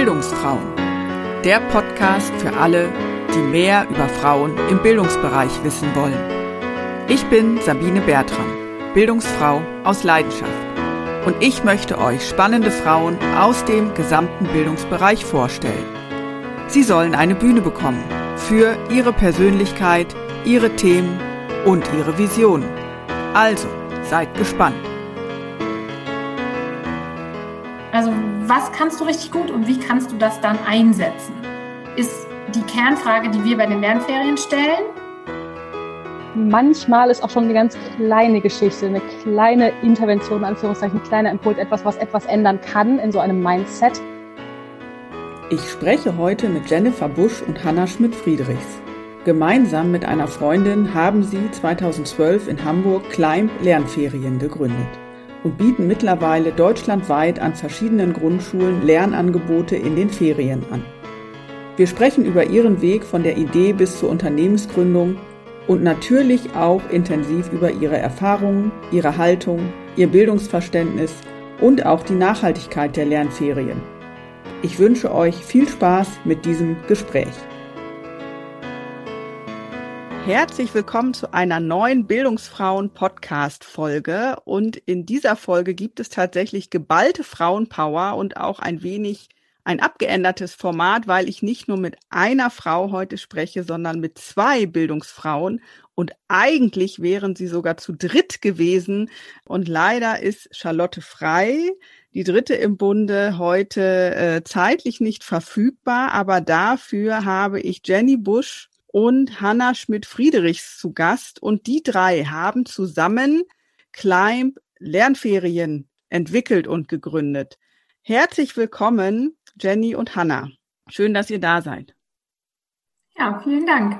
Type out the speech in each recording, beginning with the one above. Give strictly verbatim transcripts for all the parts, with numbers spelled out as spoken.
Bildungsfrauen, der Podcast für alle, die mehr über Frauen im Bildungsbereich wissen wollen. Ich bin Sabine Bertram, Bildungsfrau aus Leidenschaft, und ich möchte euch spannende Frauen aus dem gesamten Bildungsbereich vorstellen. Sie sollen eine Bühne bekommen für ihre Persönlichkeit, ihre Themen und ihre Visionen. Also, seid gespannt. Also, was kannst du richtig gut und wie kannst du das dann einsetzen? Ist die Kernfrage, die wir bei den Lernferien stellen. Manchmal ist auch schon eine ganz kleine Geschichte, eine kleine Intervention, in Anführungszeichen, ein kleiner Impuls, etwas, was etwas ändern kann in so einem Mindset. Ich spreche heute mit Jennifer Busch und Hanna Schmidt-Friedrichs. Gemeinsam mit einer Freundin haben sie zweitausendzwölf in Hamburg Climb Lernferien gegründet und bieten mittlerweile deutschlandweit an verschiedenen Grundschulen Lernangebote in den Ferien an. Wir sprechen über ihren Weg von der Idee bis zur Unternehmensgründung und natürlich auch intensiv über ihre Erfahrungen, ihre Haltung, ihr Bildungsverständnis und auch die Nachhaltigkeit der Lernferien. Ich wünsche euch viel Spaß mit diesem Gespräch. Herzlich willkommen zu einer neuen Bildungsfrauen-Podcast-Folge. Und in dieser Folge gibt es tatsächlich geballte Frauenpower und auch ein wenig ein abgeändertes Format, weil ich nicht nur mit einer Frau heute spreche, sondern mit zwei Bildungsfrauen. Und eigentlich wären sie sogar zu dritt gewesen. Und leider ist Charlotte Frey, die dritte im Bunde, heute äh, zeitlich nicht verfügbar. Aber dafür habe ich Jenny Busch und Hanna Schmidt-Friedrichs zu Gast. Und die drei haben zusammen Climb Lernferien entwickelt und gegründet. Herzlich willkommen, Jenny und Hanna. Schön, dass ihr da seid. Ja, vielen Dank.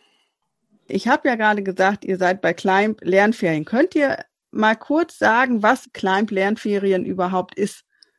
Ich habe ja gerade gesagt, ihr seid bei Climb Lernferien. Könnt ihr mal kurz sagen, was Climb Lernferien überhaupt ist?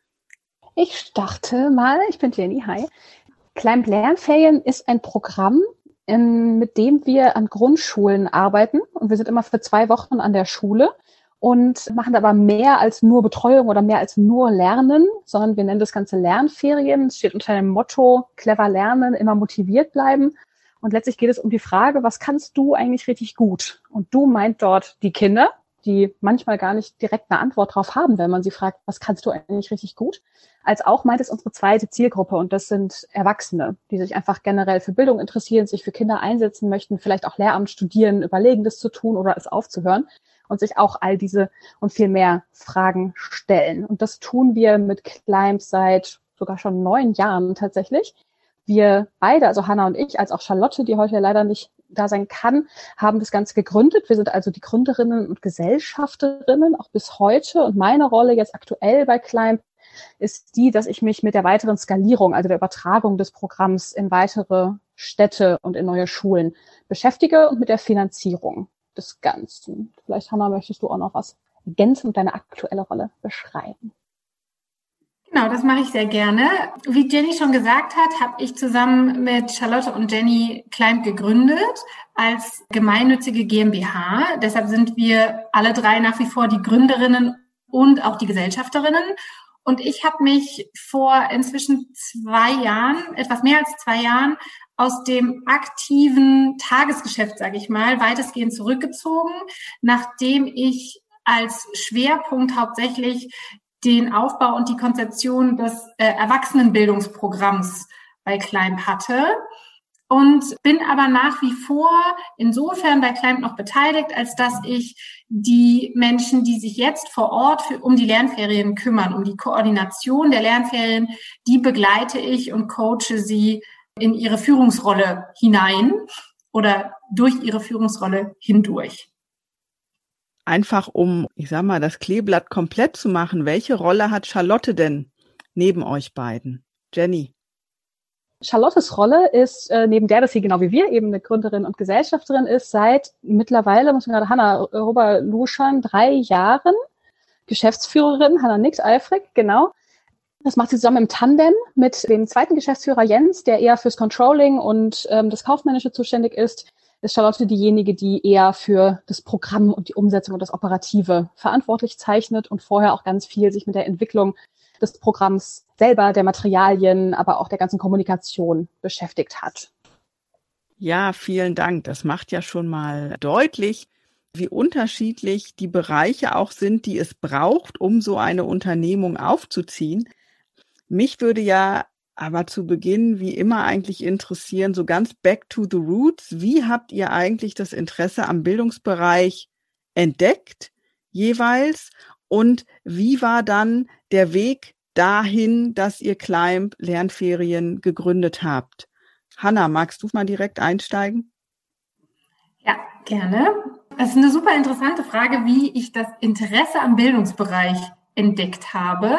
Ich starte mal, ich bin Jenny, hi. Climb Lernferien ist ein Programm, in, mit dem wir an Grundschulen arbeiten. Und wir sind immer für zwei Wochen an der Schule und machen aber mehr als nur Betreuung oder mehr als nur Lernen, sondern wir nennen das Ganze Lernferien. Es steht unter dem Motto, clever lernen, immer motiviert bleiben. Und letztlich geht es um die Frage, was kannst du eigentlich richtig gut? Und du meint dort die Kinder, die manchmal gar nicht direkt eine Antwort drauf haben, wenn man sie fragt, was kannst du eigentlich richtig gut? Als auch meint es unsere zweite Zielgruppe, und das sind Erwachsene, die sich einfach generell für Bildung interessieren, sich für Kinder einsetzen möchten, vielleicht auch Lehramt studieren, überlegen, das zu tun oder es aufzuhören und sich auch all diese und viel mehr Fragen stellen. Und das tun wir mit Climb seit sogar schon neun Jahren tatsächlich. Wir beide, also Hanna und ich, als auch Charlotte, die heute leider nicht da sein kann, haben das Ganze gegründet. Wir sind also die Gründerinnen und Gesellschafterinnen, auch bis heute. Und meine Rolle jetzt aktuell bei Climb ist die, dass ich mich mit der weiteren Skalierung, also der Übertragung des Programms in weitere Städte und in neue Schulen beschäftige und mit der Finanzierung des Ganzen. Vielleicht, Hanna, möchtest du auch noch was ergänzen und deine aktuelle Rolle beschreiben? Genau, das mache ich sehr gerne. Wie Jenny schon gesagt hat, habe ich zusammen mit Charlotte und Jenny Climb gegründet als gemeinnützige GmbH. Deshalb sind wir alle drei nach wie vor die Gründerinnen und auch die Gesellschafterinnen. Und ich habe mich vor inzwischen zwei Jahren, etwas mehr als zwei Jahren, aus dem aktiven Tagesgeschäft, sage ich mal, weitestgehend zurückgezogen, nachdem ich als Schwerpunkt hauptsächlich den Aufbau und die Konzeption des äh, Erwachsenenbildungsprogramms bei Climb hatte und bin aber nach wie vor insofern bei Climb noch beteiligt, als dass ich die Menschen, die sich jetzt vor Ort für, um die Lernferien kümmern, um die Koordination der Lernferien, die begleite ich und coache sie in ihre Führungsrolle hinein oder durch ihre Führungsrolle hindurch. Einfach um, ich sag mal, das Kleeblatt komplett zu machen, welche Rolle hat Charlotte denn neben euch beiden? Jenny? Charlottes Rolle ist, äh, neben der, dass sie genau wie wir eben eine Gründerin und Gesellschafterin ist, seit mittlerweile, muss man gerade Hanna rüber luschern, drei Jahren Geschäftsführerin. Hanna nickt eifrig, genau. Das macht sie zusammen im Tandem mit dem zweiten Geschäftsführer Jens, der eher fürs Controlling und ähm, das Kaufmännische zuständig ist. Ist Charlotte diejenige, die eher für das Programm und die Umsetzung und das Operative verantwortlich zeichnet und vorher auch ganz viel sich mit der Entwicklung des Programms selber, der Materialien, aber auch der ganzen Kommunikation beschäftigt hat. Ja, vielen Dank. Das macht ja schon mal deutlich, wie unterschiedlich die Bereiche auch sind, die es braucht, um so eine Unternehmung aufzuziehen. Mich würde ja aber zu Beginn wie immer eigentlich interessieren, so ganz back to the roots, wie habt ihr eigentlich das Interesse am Bildungsbereich entdeckt jeweils und wie war dann der Weg dahin, dass ihr Climb Lernferien gegründet habt? Hanna, magst du mal direkt einsteigen? Ja, gerne. Das ist eine super interessante Frage, wie ich das Interesse am Bildungsbereich entdeckt habe.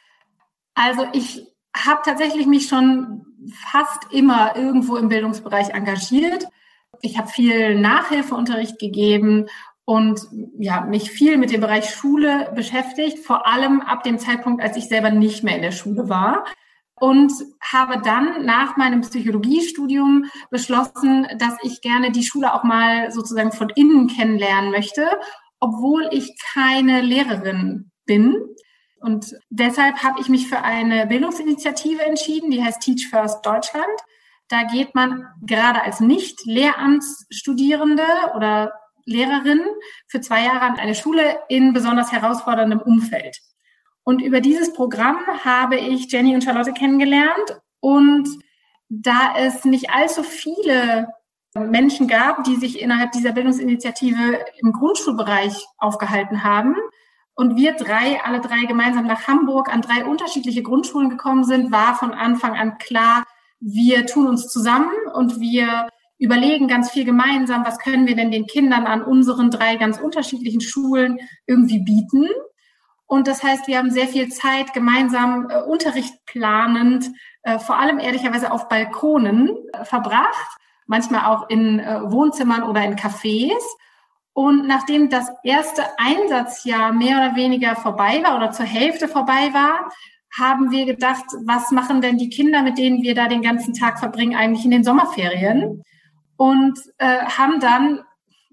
Also ich habe tatsächlich mich schon fast immer irgendwo im Bildungsbereich engagiert. Ich habe viel Nachhilfeunterricht gegeben und ja, mich viel mit dem Bereich Schule beschäftigt, vor allem ab dem Zeitpunkt, als ich selber nicht mehr in der Schule war. Und habe dann nach meinem Psychologiestudium beschlossen, dass ich gerne die Schule auch mal sozusagen von innen kennenlernen möchte, obwohl ich keine Lehrerin bin. Und deshalb habe ich mich für eine Bildungsinitiative entschieden, die heißt Teach First Deutschland. Da geht man gerade als Nicht-Lehramtsstudierende oder Lehrerin für zwei Jahre an eine Schule in besonders herausforderndem Umfeld. Und über dieses Programm habe ich Jenny und Charlotte kennengelernt. Und da es nicht allzu viele Menschen gab, die sich innerhalb dieser Bildungsinitiative im Grundschulbereich aufgehalten haben, und wir drei, alle drei gemeinsam nach Hamburg an drei unterschiedliche Grundschulen gekommen sind, war von Anfang an klar, wir tun uns zusammen und wir überlegen ganz viel gemeinsam, was können wir denn den Kindern an unseren drei ganz unterschiedlichen Schulen irgendwie bieten. Und das heißt, wir haben sehr viel Zeit gemeinsam äh, Unterricht planend, äh, vor allem ehrlicherweise auf Balkonen äh, verbracht, manchmal auch in äh, Wohnzimmern oder in Cafés. Und nachdem das erste Einsatzjahr mehr oder weniger vorbei war oder zur Hälfte vorbei war, haben wir gedacht, was machen denn die Kinder, mit denen wir da den ganzen Tag verbringen, eigentlich in den Sommerferien? Und äh, haben dann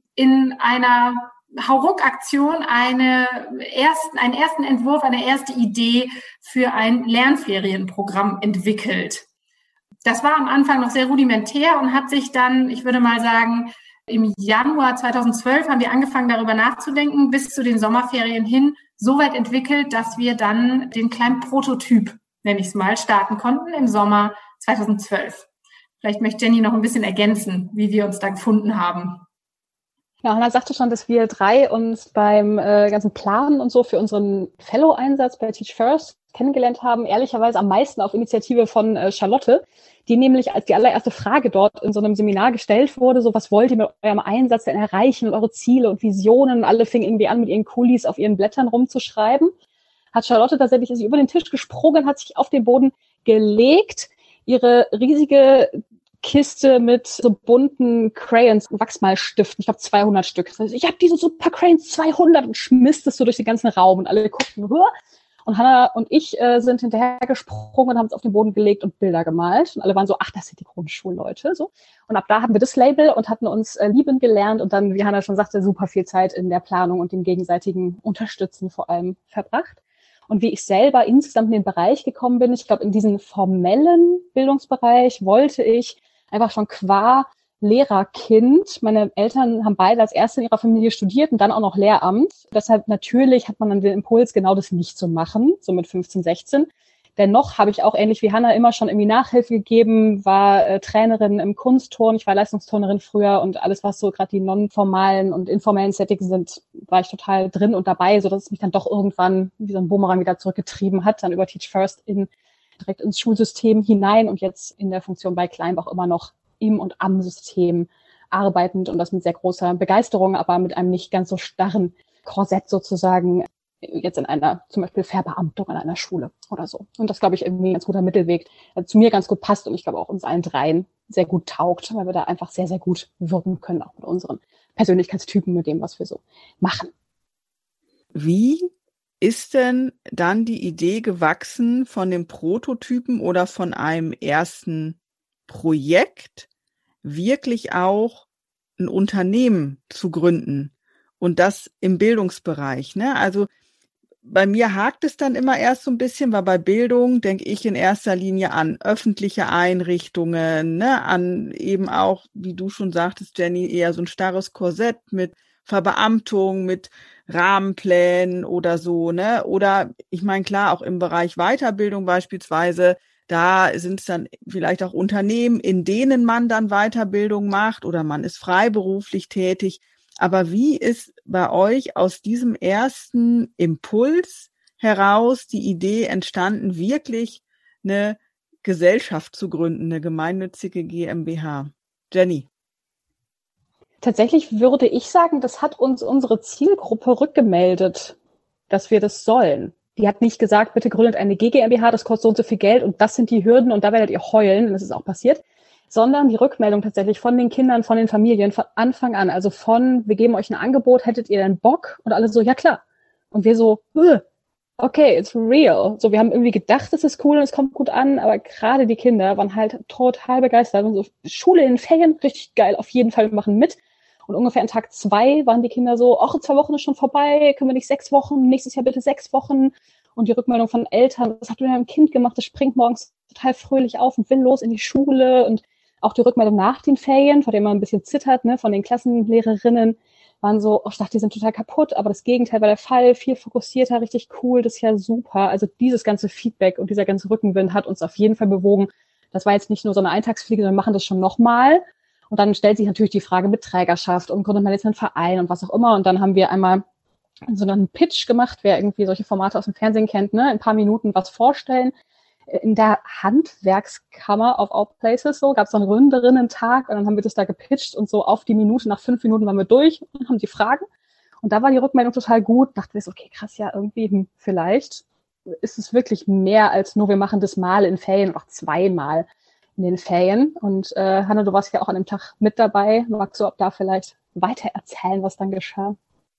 in einer Hauruck-Aktion eine ersten, einen ersten Entwurf, eine erste Idee für ein Lernferienprogramm entwickelt. Das war am Anfang noch sehr rudimentär und hat sich dann, ich würde mal sagen, im Januar zweitausendzwölf haben wir angefangen, darüber nachzudenken, bis zu den Sommerferien hin so weit entwickelt, dass wir dann den kleinen Prototyp, nenne ich es mal, starten konnten im Sommer zweitausendzwölf. Vielleicht möchte Jenny noch ein bisschen ergänzen, wie wir uns da gefunden haben. Ja, Hanna sagte schon, dass wir drei uns beim äh, ganzen Planen und so für unseren Fellow-Einsatz bei Teach First kennengelernt haben, ehrlicherweise am meisten auf Initiative von äh, Charlotte, die nämlich als die allererste Frage dort in so einem Seminar gestellt wurde, so was wollt ihr mit eurem Einsatz denn erreichen und eure Ziele und Visionen, und alle fingen irgendwie an, mit ihren Kulis auf ihren Blättern rumzuschreiben, hat Charlotte tatsächlich, ist sie über den Tisch gesprungen, hat sich auf den Boden gelegt, ihre riesige Kiste mit so bunten Crayons, Wachsmalstiften, ich glaube zweihundert Stück. Das heißt, ich habe diese super Crayons zweihundert und schmisst es so durch den ganzen Raum und alle guckten, Hör! Und Hanna und ich äh, sind hinterhergesprungen und haben uns auf den Boden gelegt und Bilder gemalt. Und alle waren so, ach, das sind die Grundschulleute. So. Und ab da hatten wir das Label und hatten uns äh, lieben gelernt und dann, wie Hanna schon sagte, super viel Zeit in der Planung und dem gegenseitigen Unterstützen vor allem verbracht. Und wie ich selber insgesamt in den Bereich gekommen bin, ich glaube, in diesen formellen Bildungsbereich wollte ich einfach schon qua Lehrerkind. Meine Eltern haben beide als Erste in ihrer Familie studiert und dann auch noch Lehramt. Deshalb natürlich hat man dann den Impuls, genau das nicht zu machen, so mit fünfzehn, sechzehn. Dennoch habe ich auch ähnlich wie Hanna immer schon irgendwie Nachhilfe gegeben, war äh, Trainerin im Kunstturnen, ich war Leistungsturnerin früher und alles, was so gerade die non-formalen und informellen Settings sind, war ich total drin und dabei, sodass es mich dann doch irgendwann wie so ein Boomerang wieder zurückgetrieben hat, dann über Teach First in, direkt ins Schulsystem hinein und jetzt in der Funktion bei Climb auch immer noch im und am System arbeitend und das mit sehr großer Begeisterung, aber mit einem nicht ganz so starren Korsett sozusagen jetzt in einer zum Beispiel Verbeamtung an einer Schule oder so. Und das, glaube ich, irgendwie ein ganz guter Mittelweg, der zu mir ganz gut passt und ich glaube auch uns allen dreien sehr gut taugt, weil wir da einfach sehr, sehr gut wirken können, auch mit unseren Persönlichkeitstypen, mit dem, was wir so machen. Wie ist denn dann die Idee gewachsen von dem Prototypen oder von einem ersten Projekt, wirklich auch ein Unternehmen zu gründen und das im Bildungsbereich, ne? Also bei mir hakt es dann immer erst so ein bisschen, weil bei Bildung denke ich in erster Linie an öffentliche Einrichtungen, ne, an eben auch, wie du schon sagtest, Jenny, eher so ein starres Korsett mit Verbeamtung, mit Rahmenplänen oder so, ne? Oder ich meine, klar, auch im Bereich Weiterbildung beispielsweise, da sind es dann vielleicht auch Unternehmen, in denen man dann Weiterbildung macht oder man ist freiberuflich tätig. Aber wie ist bei euch aus diesem ersten Impuls heraus die Idee entstanden, wirklich eine Gesellschaft zu gründen, eine gemeinnützige GmbH? Jenny? Tatsächlich würde ich sagen, das hat uns unsere Zielgruppe rückgemeldet, dass wir das sollen. Die hat nicht gesagt, bitte gründet eine G GmbH, das kostet so und so viel Geld und das sind die Hürden und da werdet ihr heulen, und das ist auch passiert. Sondern die Rückmeldung tatsächlich von den Kindern, von den Familien, von Anfang an. Also von, wir geben euch ein Angebot, hättet ihr denn Bock? Und alle so, ja klar. Und wir so, okay, it's real. So, wir haben irgendwie gedacht, es ist cool und es kommt gut an, aber gerade die Kinder waren halt total begeistert. Und so, Schule in den Ferien, richtig geil, auf jeden Fall, wir machen mit. Und ungefähr an Tag zwei waren die Kinder so, ach, zwei Wochen ist schon vorbei, können wir nicht sechs Wochen, nächstes Jahr bitte sechs Wochen. Und die Rückmeldung von Eltern, das hat mit einem Kind gemacht, das springt morgens total fröhlich auf und will los in die Schule. Und auch die Rückmeldung nach den Ferien, vor dem man ein bisschen zittert, ne, von den Klassenlehrerinnen, waren so, oh, ich dachte, die sind total kaputt, aber das Gegenteil war der Fall, viel fokussierter, richtig cool, das ist ja super. Also dieses ganze Feedback und dieser ganze Rückenwind hat uns auf jeden Fall bewogen. Das war jetzt nicht nur so eine Eintagsfliege, sondern wir machen das schon nochmal. Und dann stellt sich natürlich die Frage mit Trägerschaft und gründet man jetzt einen Verein und was auch immer. Und dann haben wir einmal so einen Pitch gemacht, wer irgendwie solche Formate aus dem Fernsehen kennt, ne, in ein paar Minuten was vorstellen. In der Handwerkskammer of All Places, so, gab es so einen Gründerinnen-Tag und dann haben wir das da gepitcht und so auf die Minute, nach fünf Minuten waren wir durch und haben die Fragen. Und da war die Rückmeldung total gut. Dachten wir so, okay, krass, ja, irgendwie, hm, vielleicht ist es wirklich mehr als nur, wir machen das mal in Ferien und auch zweimal in den Ferien. Und äh, Hanna, du warst ja auch an dem Tag mit dabei. Magst du ob da vielleicht weiter erzählen, was dann geschah?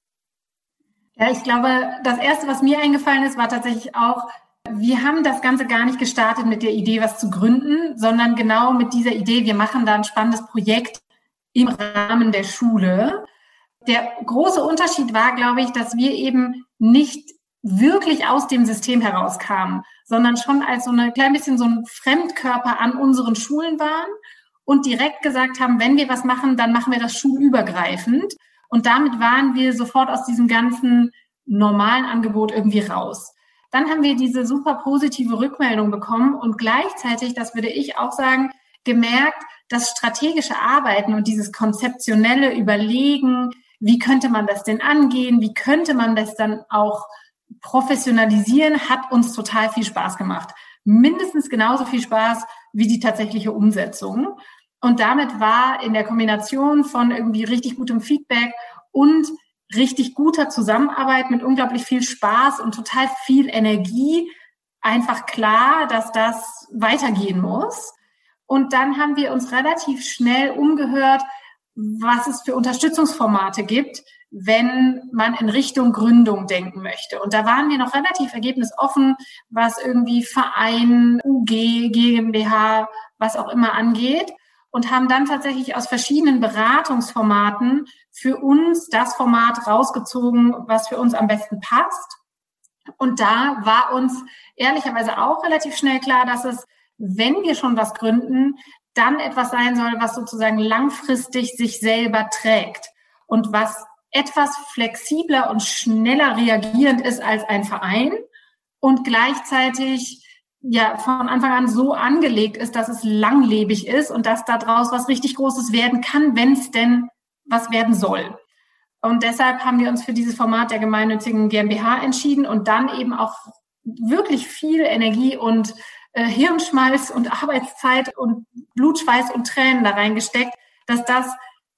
Ja, ich glaube, das Erste, was mir eingefallen ist, war tatsächlich auch, wir haben das Ganze gar nicht gestartet mit der Idee, was zu gründen, sondern genau mit dieser Idee, wir machen da ein spannendes Projekt im Rahmen der Schule. Der große Unterschied war, glaube ich, dass wir eben nicht wirklich aus dem System herauskamen, sondern schon als so ein klein bisschen so ein Fremdkörper an unseren Schulen waren und direkt gesagt haben, wenn wir was machen, dann machen wir das schulübergreifend. Und damit waren wir sofort aus diesem ganzen normalen Angebot irgendwie raus. Dann haben wir diese super positive Rückmeldung bekommen und gleichzeitig, das würde ich auch sagen, gemerkt, das strategische Arbeiten und dieses konzeptionelle Überlegen, wie könnte man das denn angehen, wie könnte man das dann auch professionalisieren, hat uns total viel Spaß gemacht. Mindestens genauso viel Spaß wie die tatsächliche Umsetzung. Und damit war in der Kombination von irgendwie richtig gutem Feedback und richtig guter Zusammenarbeit mit unglaublich viel Spaß und total viel Energie einfach klar, dass das weitergehen muss. Und dann haben wir uns relativ schnell umgehört, was es für Unterstützungsformate gibt, wenn man in Richtung Gründung denken möchte. Und da waren wir noch relativ ergebnisoffen, was irgendwie Verein, U G, GmbH, was auch immer angeht. Und haben dann tatsächlich aus verschiedenen Beratungsformaten für uns das Format rausgezogen, was für uns am besten passt. Und da war uns ehrlicherweise auch relativ schnell klar, dass es, wenn wir schon was gründen, dann etwas sein soll, was sozusagen langfristig sich selber trägt und was etwas flexibler und schneller reagierend ist als ein Verein und gleichzeitig ja von Anfang an so angelegt ist, dass es langlebig ist und dass daraus was richtig Großes werden kann, wenn es denn was werden soll. Und deshalb haben wir uns für dieses Format der gemeinnützigen GmbH entschieden und dann eben auch wirklich viel Energie und äh, Hirnschmalz und Arbeitszeit und Blutschweiß und Tränen da reingesteckt, dass das,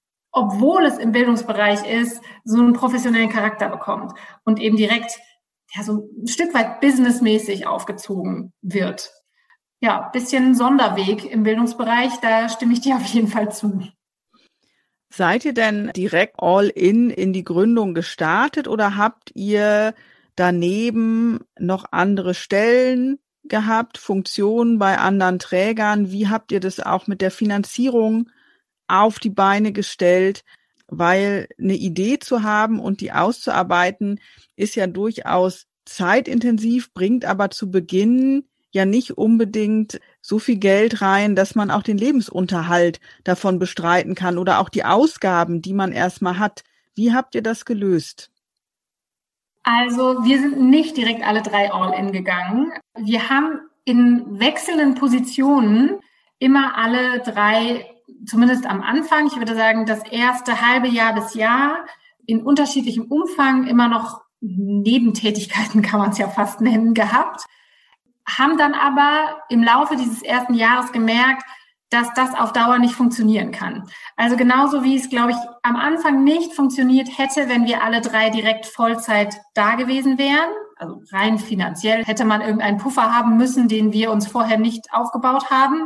obwohl es im Bildungsbereich ist, so einen professionellen Charakter bekommt und eben direkt ja so ein Stück weit businessmäßig aufgezogen wird. Ja, bisschen Sonderweg im Bildungsbereich, da stimme ich dir auf jeden Fall zu. Seid ihr denn direkt all in in die Gründung gestartet oder habt ihr daneben noch andere Stellen gehabt, Funktionen bei anderen Trägern? Wie habt ihr das auch mit der Finanzierung auf die Beine gestellt? Weil eine Idee zu haben und die auszuarbeiten, ist ja durchaus zeitintensiv, bringt aber zu Beginn ja nicht unbedingt so viel Geld rein, dass man auch den Lebensunterhalt davon bestreiten kann oder auch die Ausgaben, die man erstmal hat. Wie habt ihr das gelöst? Also wir sind nicht direkt alle drei All-In gegangen. Wir haben in wechselnden Positionen immer alle drei, zumindest am Anfang, ich würde sagen, das erste halbe Jahr bis Jahr in unterschiedlichem Umfang immer noch Nebentätigkeiten, kann man es ja fast nennen, gehabt. Haben dann aber im Laufe dieses ersten Jahres gemerkt, dass das auf Dauer nicht funktionieren kann. Also genauso wie es, glaube ich, am Anfang nicht funktioniert hätte, wenn wir alle drei direkt Vollzeit da gewesen wären. Also rein finanziell hätte man irgendeinen Puffer haben müssen, den wir uns vorher nicht aufgebaut haben.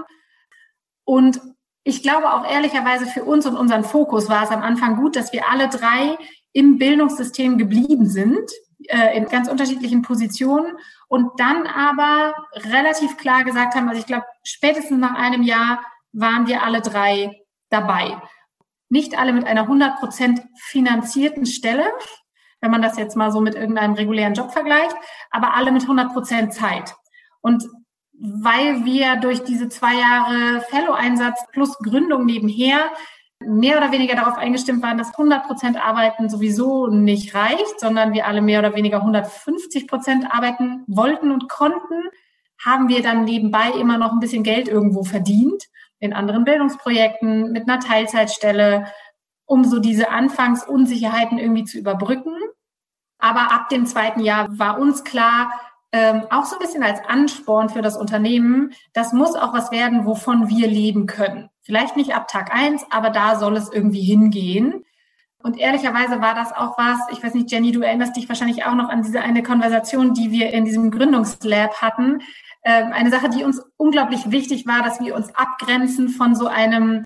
Und ich glaube auch ehrlicherweise für uns und unseren Fokus war es am Anfang gut, dass wir alle drei im Bildungssystem geblieben sind, äh, in ganz unterschiedlichen Positionen und dann aber relativ klar gesagt haben, also ich glaube, spätestens nach einem Jahr waren wir alle drei dabei. Nicht alle mit einer hundert Prozent finanzierten Stelle, wenn man das jetzt mal so mit irgendeinem regulären Job vergleicht, aber alle mit hundert Prozent Zeit. Und weil wir durch diese zwei Jahre Fellow-Einsatz plus Gründung nebenher mehr oder weniger darauf eingestimmt waren, dass hundert Prozent Arbeiten sowieso nicht reicht, sondern wir alle mehr oder weniger hundertfünfzig Prozent arbeiten wollten und konnten, haben wir dann nebenbei immer noch ein bisschen Geld irgendwo verdient, in anderen Bildungsprojekten, mit einer Teilzeitstelle, um so diese Anfangsunsicherheiten irgendwie zu überbrücken. Aber ab dem zweiten Jahr war uns klar, ähm, auch so ein bisschen als Ansporn für das Unternehmen, das muss auch was werden, wovon wir leben können. Vielleicht nicht ab Tag eins, aber da soll es irgendwie hingehen. Und ehrlicherweise war das auch was, ich weiß nicht, Jenny, du erinnerst dich wahrscheinlich auch noch an diese eine Konversation, die wir in diesem Gründungslab hatten. Ähm, eine Sache, die uns unglaublich wichtig war, dass wir uns abgrenzen von so einem,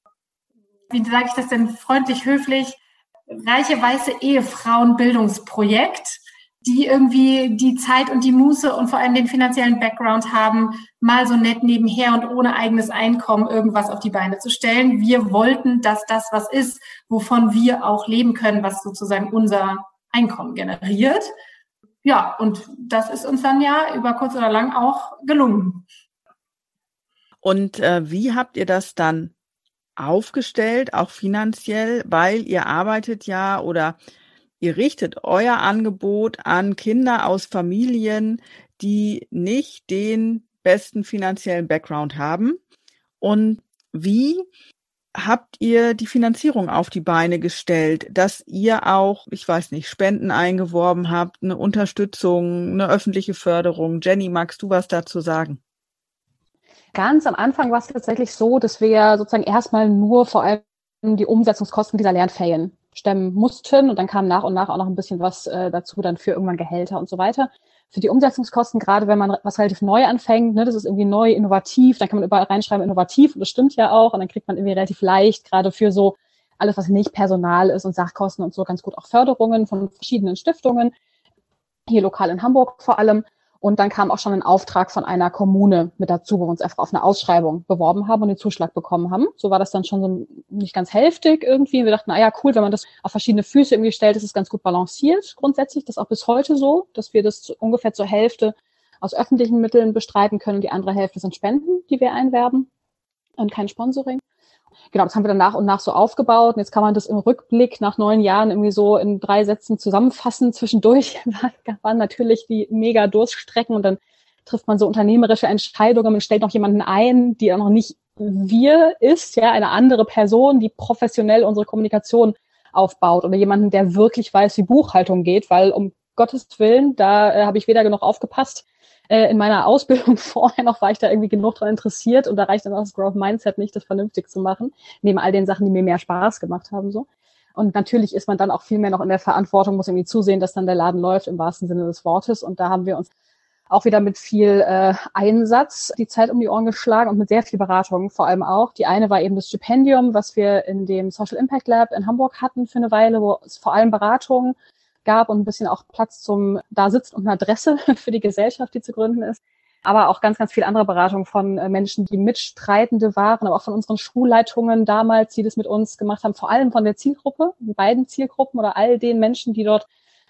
wie sage ich das denn freundlich, höflich, reiche weiße Ehefrauen-Bildungsprojekt, die irgendwie die Zeit und die Muße und vor allem den finanziellen Background haben, mal so nett nebenher und ohne eigenes Einkommen irgendwas auf die Beine zu stellen. Wir wollten, dass das was ist, wovon wir auch leben können, was sozusagen unser Einkommen generiert. Ja, und das ist uns dann ja über kurz oder lang auch gelungen. Und äh, wie habt ihr das dann aufgestellt, auch finanziell, weil ihr arbeitet ja oder ihr richtet euer Angebot an Kinder aus Familien, die nicht den besten finanziellen Background haben. Und wie habt ihr die Finanzierung auf die Beine gestellt, dass ihr auch, ich weiß nicht, Spenden eingeworben habt, eine Unterstützung, eine öffentliche Förderung? Jenny, magst du was dazu sagen? Ganz am Anfang war es tatsächlich so, dass wir sozusagen erstmal nur vor allem die Umsetzungskosten dieser Lernferien stemmen mussten und dann kam nach und nach auch noch ein bisschen was äh, dazu, dann für irgendwann Gehälter und so weiter. Für die Umsetzungskosten, gerade wenn man was relativ neu anfängt, ne, das ist irgendwie neu, innovativ, dann kann man überall reinschreiben, innovativ, und das stimmt ja auch, und dann kriegt man irgendwie relativ leicht, gerade für so alles, was nicht Personal ist und Sachkosten und so, ganz gut auch Förderungen von verschiedenen Stiftungen, hier lokal in Hamburg vor allem. Und dann kam auch schon ein Auftrag von einer Kommune mit dazu, wo wir uns einfach auf eine Ausschreibung beworben haben und den Zuschlag bekommen haben. So war das dann schon so nicht ganz hälftig irgendwie. Wir dachten, na ja, cool, wenn man das auf verschiedene Füße irgendwie stellt, ist es ganz gut balanciert grundsätzlich. Das ist auch bis heute so, dass wir das ungefähr zur Hälfte aus öffentlichen Mitteln bestreiten können. Die andere Hälfte sind Spenden, die wir einwerben und kein Sponsoring. Genau, das haben wir dann nach und nach so aufgebaut. Und jetzt kann man das im Rückblick nach neun Jahren irgendwie so in drei Sätzen zusammenfassen. Zwischendurch waren natürlich die mega Durststrecken und dann trifft man so unternehmerische Entscheidungen. Man stellt noch jemanden ein, die auch noch nicht wir ist, ja, eine andere Person, die professionell unsere Kommunikation aufbaut oder jemanden, der wirklich weiß, wie Buchhaltung geht, weil um Gottes Willen, da äh, habe ich weder genug aufgepasst, in meiner Ausbildung vorher noch war ich da irgendwie genug dran interessiert und da reicht dann auch das Growth Mindset nicht, das vernünftig zu machen, neben all den Sachen, die mir mehr Spaß gemacht haben, so. Und natürlich ist man dann auch viel mehr noch in der Verantwortung, muss irgendwie zusehen, dass dann der Laden läuft im wahrsten Sinne des Wortes. Und da haben wir uns auch wieder mit viel äh, Einsatz die Zeit um die Ohren geschlagen und mit sehr viel Beratung vor allem auch. Die eine war eben das Stipendium, was wir in dem Social Impact Lab in Hamburg hatten für eine Weile, wo es vor allem Beratungen gab und ein bisschen auch Platz zum Dasitzen und eine Adresse für die Gesellschaft, die zu gründen ist. Aber auch ganz, ganz viel andere Beratung von äh, Menschen, die Mitstreitende waren, aber auch von unseren Schulleitungen damals, die das mit uns gemacht haben, vor allem von der Zielgruppe, den beiden Zielgruppen oder all den Menschen, die dort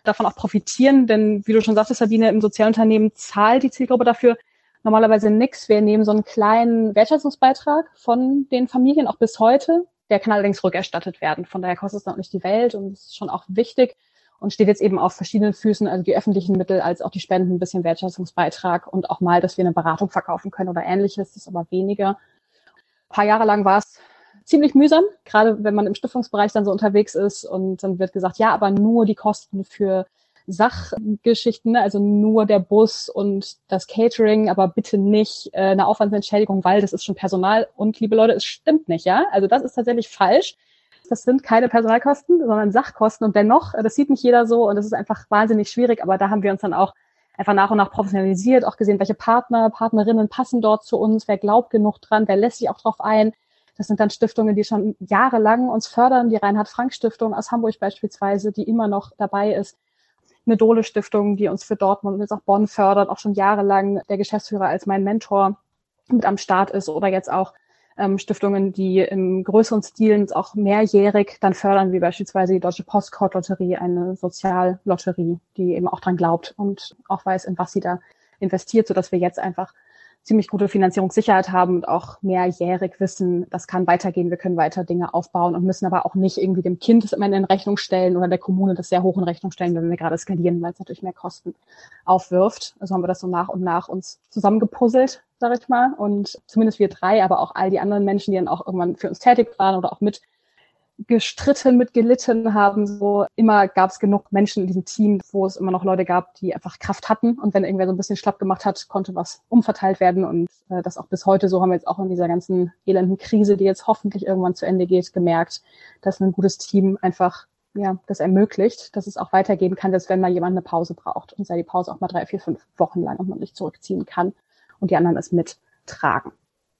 davon auch profitieren, denn wie du schon sagtest, Sabine, im Sozialunternehmen zahlt die Zielgruppe dafür normalerweise nichts. Wir nehmen so einen kleinen Wertschätzungsbeitrag von den Familien, auch bis heute. Der kann allerdings rückerstattet werden. Von daher kostet es noch nicht die Welt und es ist schon auch wichtig und steht jetzt eben auf verschiedenen Füßen, also die öffentlichen Mittel als auch die Spenden, ein bisschen Wertschätzungsbeitrag und auch mal, dass wir eine Beratung verkaufen können oder ähnliches, das ist aber weniger. Ein paar Jahre lang war es ziemlich mühsam, gerade wenn man im Stiftungsbereich dann so unterwegs ist und dann wird gesagt, ja, aber nur die Kosten für Sachgeschichten, also nur der Bus und das Catering, aber bitte nicht äh, eine Aufwandsentschädigung, weil das ist schon Personal. Und liebe Leute, es stimmt nicht, ja? Also das ist tatsächlich falsch. Das sind keine Personalkosten, sondern Sachkosten und dennoch, das sieht nicht jeder so und das ist einfach wahnsinnig schwierig, aber da haben wir uns dann auch einfach nach und nach professionalisiert, auch gesehen, welche Partner, Partnerinnen passen dort zu uns, wer glaubt genug dran, wer lässt sich auch drauf ein. Das sind dann Stiftungen, die schon jahrelang uns fördern, die Reinhard-Frank-Stiftung aus Hamburg beispielsweise, die immer noch dabei ist. Eine Dole-Stiftung, die uns für Dortmund und jetzt auch Bonn fördert, auch schon jahrelang der Geschäftsführer als mein Mentor mit am Start ist oder jetzt auch ähm, Stiftungen, die im größeren Stil uns auch mehrjährig dann fördern, wie beispielsweise die Deutsche Postcard-Lotterie, eine Soziallotterie, die eben auch dran glaubt und auch weiß, in was sie da investiert, sodass wir jetzt einfach ziemlich gute Finanzierungssicherheit haben und auch mehrjährig wissen, das kann weitergehen, wir können weiter Dinge aufbauen und müssen aber auch nicht irgendwie dem Kind das immer in Rechnung stellen oder der Kommune das sehr hoch in Rechnung stellen, wenn wir gerade skalieren, weil es natürlich mehr Kosten aufwirft. Also haben wir das so nach und nach uns zusammengepuzzelt, sage ich mal. Und zumindest wir drei, aber auch all die anderen Menschen, die dann auch irgendwann für uns tätig waren oder auch mit gestritten, mit gelitten haben. So immer gab es genug Menschen in diesem Team, wo es immer noch Leute gab, die einfach Kraft hatten. Und wenn irgendwer so ein bisschen schlapp gemacht hat, konnte was umverteilt werden. Und äh, das auch bis heute so haben wir jetzt auch in dieser ganzen elenden Krise, die jetzt hoffentlich irgendwann zu Ende geht, gemerkt, dass ein gutes Team einfach ja das ermöglicht, dass es auch weitergehen kann, dass wenn mal jemand eine Pause braucht und sei die Pause auch mal drei, vier, fünf Wochen lang und man nicht zurückziehen kann und die anderen es mittragen.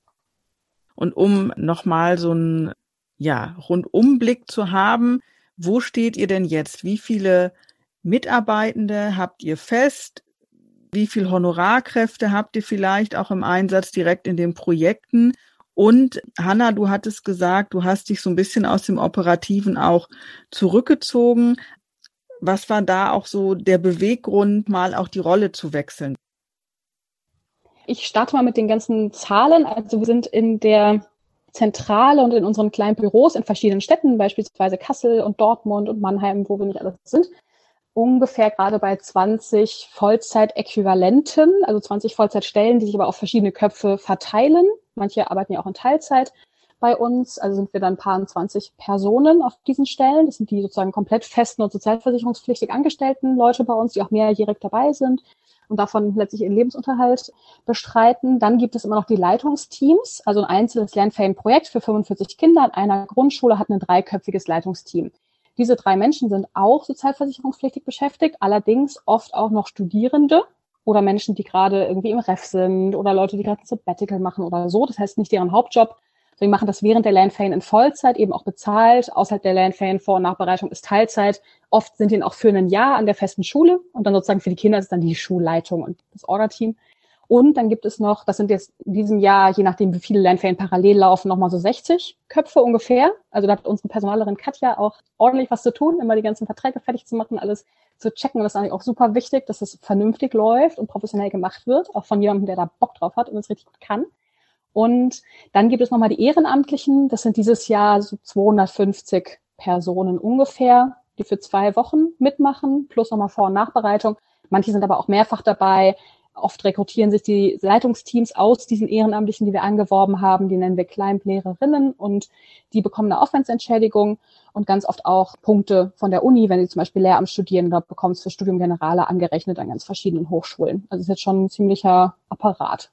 Und um nochmal so ein ja, Rundumblick zu haben, wo steht ihr denn jetzt? Wie viele Mitarbeitende habt ihr fest? Wie viel Honorarkräfte habt ihr vielleicht auch im Einsatz direkt in den Projekten? Und Hanna, du hattest gesagt, du hast dich so ein bisschen aus dem Operativen auch zurückgezogen. Was war da auch so der Beweggrund, mal auch die Rolle zu wechseln? Ich starte mal mit den ganzen Zahlen. Also wir sind in der Zentrale und in unseren kleinen Büros in verschiedenen Städten, beispielsweise Kassel und Dortmund und Mannheim, wo wir nicht alles sind, ungefähr gerade bei zwanzig Vollzeitäquivalenten, also zwanzig Vollzeitstellen, die sich aber auf verschiedene Köpfe verteilen. Manche arbeiten ja auch in Teilzeit bei uns, also sind wir dann ein paar zwanzig Personen auf diesen Stellen. Das sind die sozusagen komplett festen und sozialversicherungspflichtig angestellten Leute bei uns, die auch mehrjährig dabei sind und davon letztlich ihren Lebensunterhalt bestreiten. Dann gibt es immer noch die Leitungsteams, also ein einzelnes Lernferienprojekt für fünfundvierzig Kinder an einer Grundschule hat ein dreiköpfiges Leitungsteam. Diese drei Menschen sind auch sozialversicherungspflichtig beschäftigt, allerdings oft auch noch Studierende oder Menschen, die gerade irgendwie im Ref sind oder Leute, die gerade ein Sabbatical machen oder so. Das heißt nicht deren Hauptjob. Wir machen das während der Lernferien in Vollzeit, eben auch bezahlt. Außerhalb der Lernferien Vor- und Nachbereitung ist Teilzeit. Oft sind die auch für ein Jahr an der festen Schule und dann sozusagen für die Kinder ist dann die Schulleitung und das Orga-Team. Und dann gibt es noch, das sind jetzt in diesem Jahr, je nachdem wie viele Lernferien parallel laufen, nochmal so sechzig Köpfe ungefähr. Also da hat unsere Personalerin Katja auch ordentlich was zu tun, immer die ganzen Verträge fertig zu machen, alles zu checken. Und das ist eigentlich auch super wichtig, dass es vernünftig läuft und professionell gemacht wird, auch von jemandem, der da Bock drauf hat und es richtig gut kann. Und dann gibt es nochmal die Ehrenamtlichen. Das sind dieses Jahr so zweihundertfünfzig Personen ungefähr, die für zwei Wochen mitmachen, plus nochmal Vor- und Nachbereitung. Manche sind aber auch mehrfach dabei. Oft rekrutieren sich die Leitungsteams aus diesen Ehrenamtlichen, die wir angeworben haben. Die nennen wir Kleinlehrerinnen und die bekommen eine Aufwandsentschädigung und ganz oft auch Punkte von der Uni, wenn sie zum Beispiel Lehramt studieren oder bekommen es für Studium Generale angerechnet an ganz verschiedenen Hochschulen. Also es ist jetzt schon ein ziemlicher Apparat.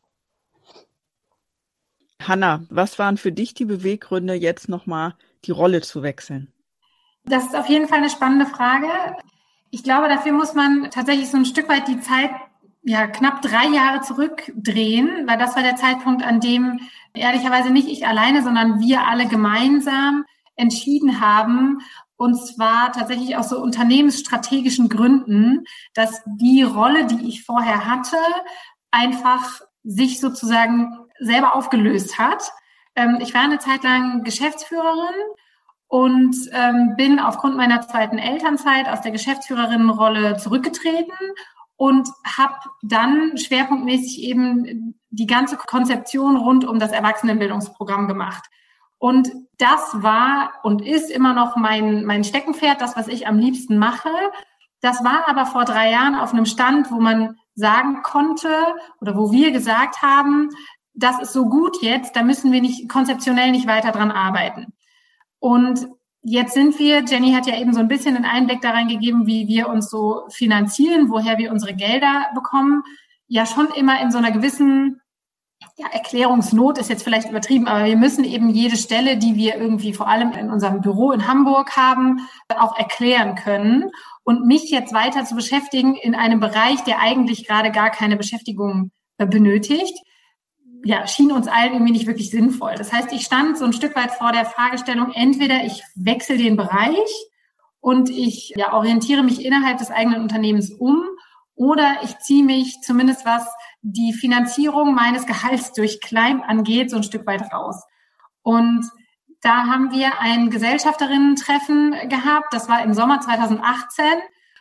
Hanna, was waren für dich die Beweggründe, jetzt nochmal die Rolle zu wechseln? Das ist auf jeden Fall eine spannende Frage. Ich glaube, dafür muss man tatsächlich so ein Stück weit die Zeit, ja, knapp drei Jahre zurückdrehen, weil das war der Zeitpunkt, an dem ehrlicherweise nicht ich alleine, sondern wir alle gemeinsam entschieden haben, und zwar tatsächlich aus so unternehmensstrategischen Gründen, dass die Rolle, die ich vorher hatte, einfach sich sozusagen selber aufgelöst hat. Ich war eine Zeit lang Geschäftsführerin und ähm, bin aufgrund meiner zweiten Elternzeit aus der Geschäftsführerinnenrolle zurückgetreten und habe dann schwerpunktmäßig eben die ganze Konzeption rund um das Erwachsenenbildungsprogramm gemacht. Und das war und ist immer noch mein, mein Steckenpferd, das, was ich am liebsten mache. Das war aber vor drei Jahren auf einem Stand, wo man sagen konnte oder wo wir gesagt haben, das ist so gut jetzt, da müssen wir nicht konzeptionell nicht weiter dran arbeiten. Und jetzt sind wir, Jenny hat ja eben so ein bisschen einen Einblick da reingegeben, wie wir uns so finanzieren, woher wir unsere Gelder bekommen, ja schon immer in so einer gewissen ja, Erklärungsnot ist jetzt vielleicht übertrieben, aber wir müssen eben jede Stelle, die wir irgendwie vor allem in unserem Büro in Hamburg haben, auch erklären können. Und mich jetzt weiter zu beschäftigen in einem Bereich, der eigentlich gerade gar keine Beschäftigung benötigt, ja, schien uns allen irgendwie nicht wirklich sinnvoll. Das heißt, ich stand so ein Stück weit vor der Fragestellung, entweder ich wechsle den Bereich und ich ja, orientiere mich innerhalb des eigenen Unternehmens um oder ich ziehe mich zumindest was die Finanzierung meines Gehalts durch Climb angeht, so ein Stück weit raus. Und da haben wir ein Gesellschafterinnen-Treffen gehabt, das war im Sommer zweitausendachtzehn,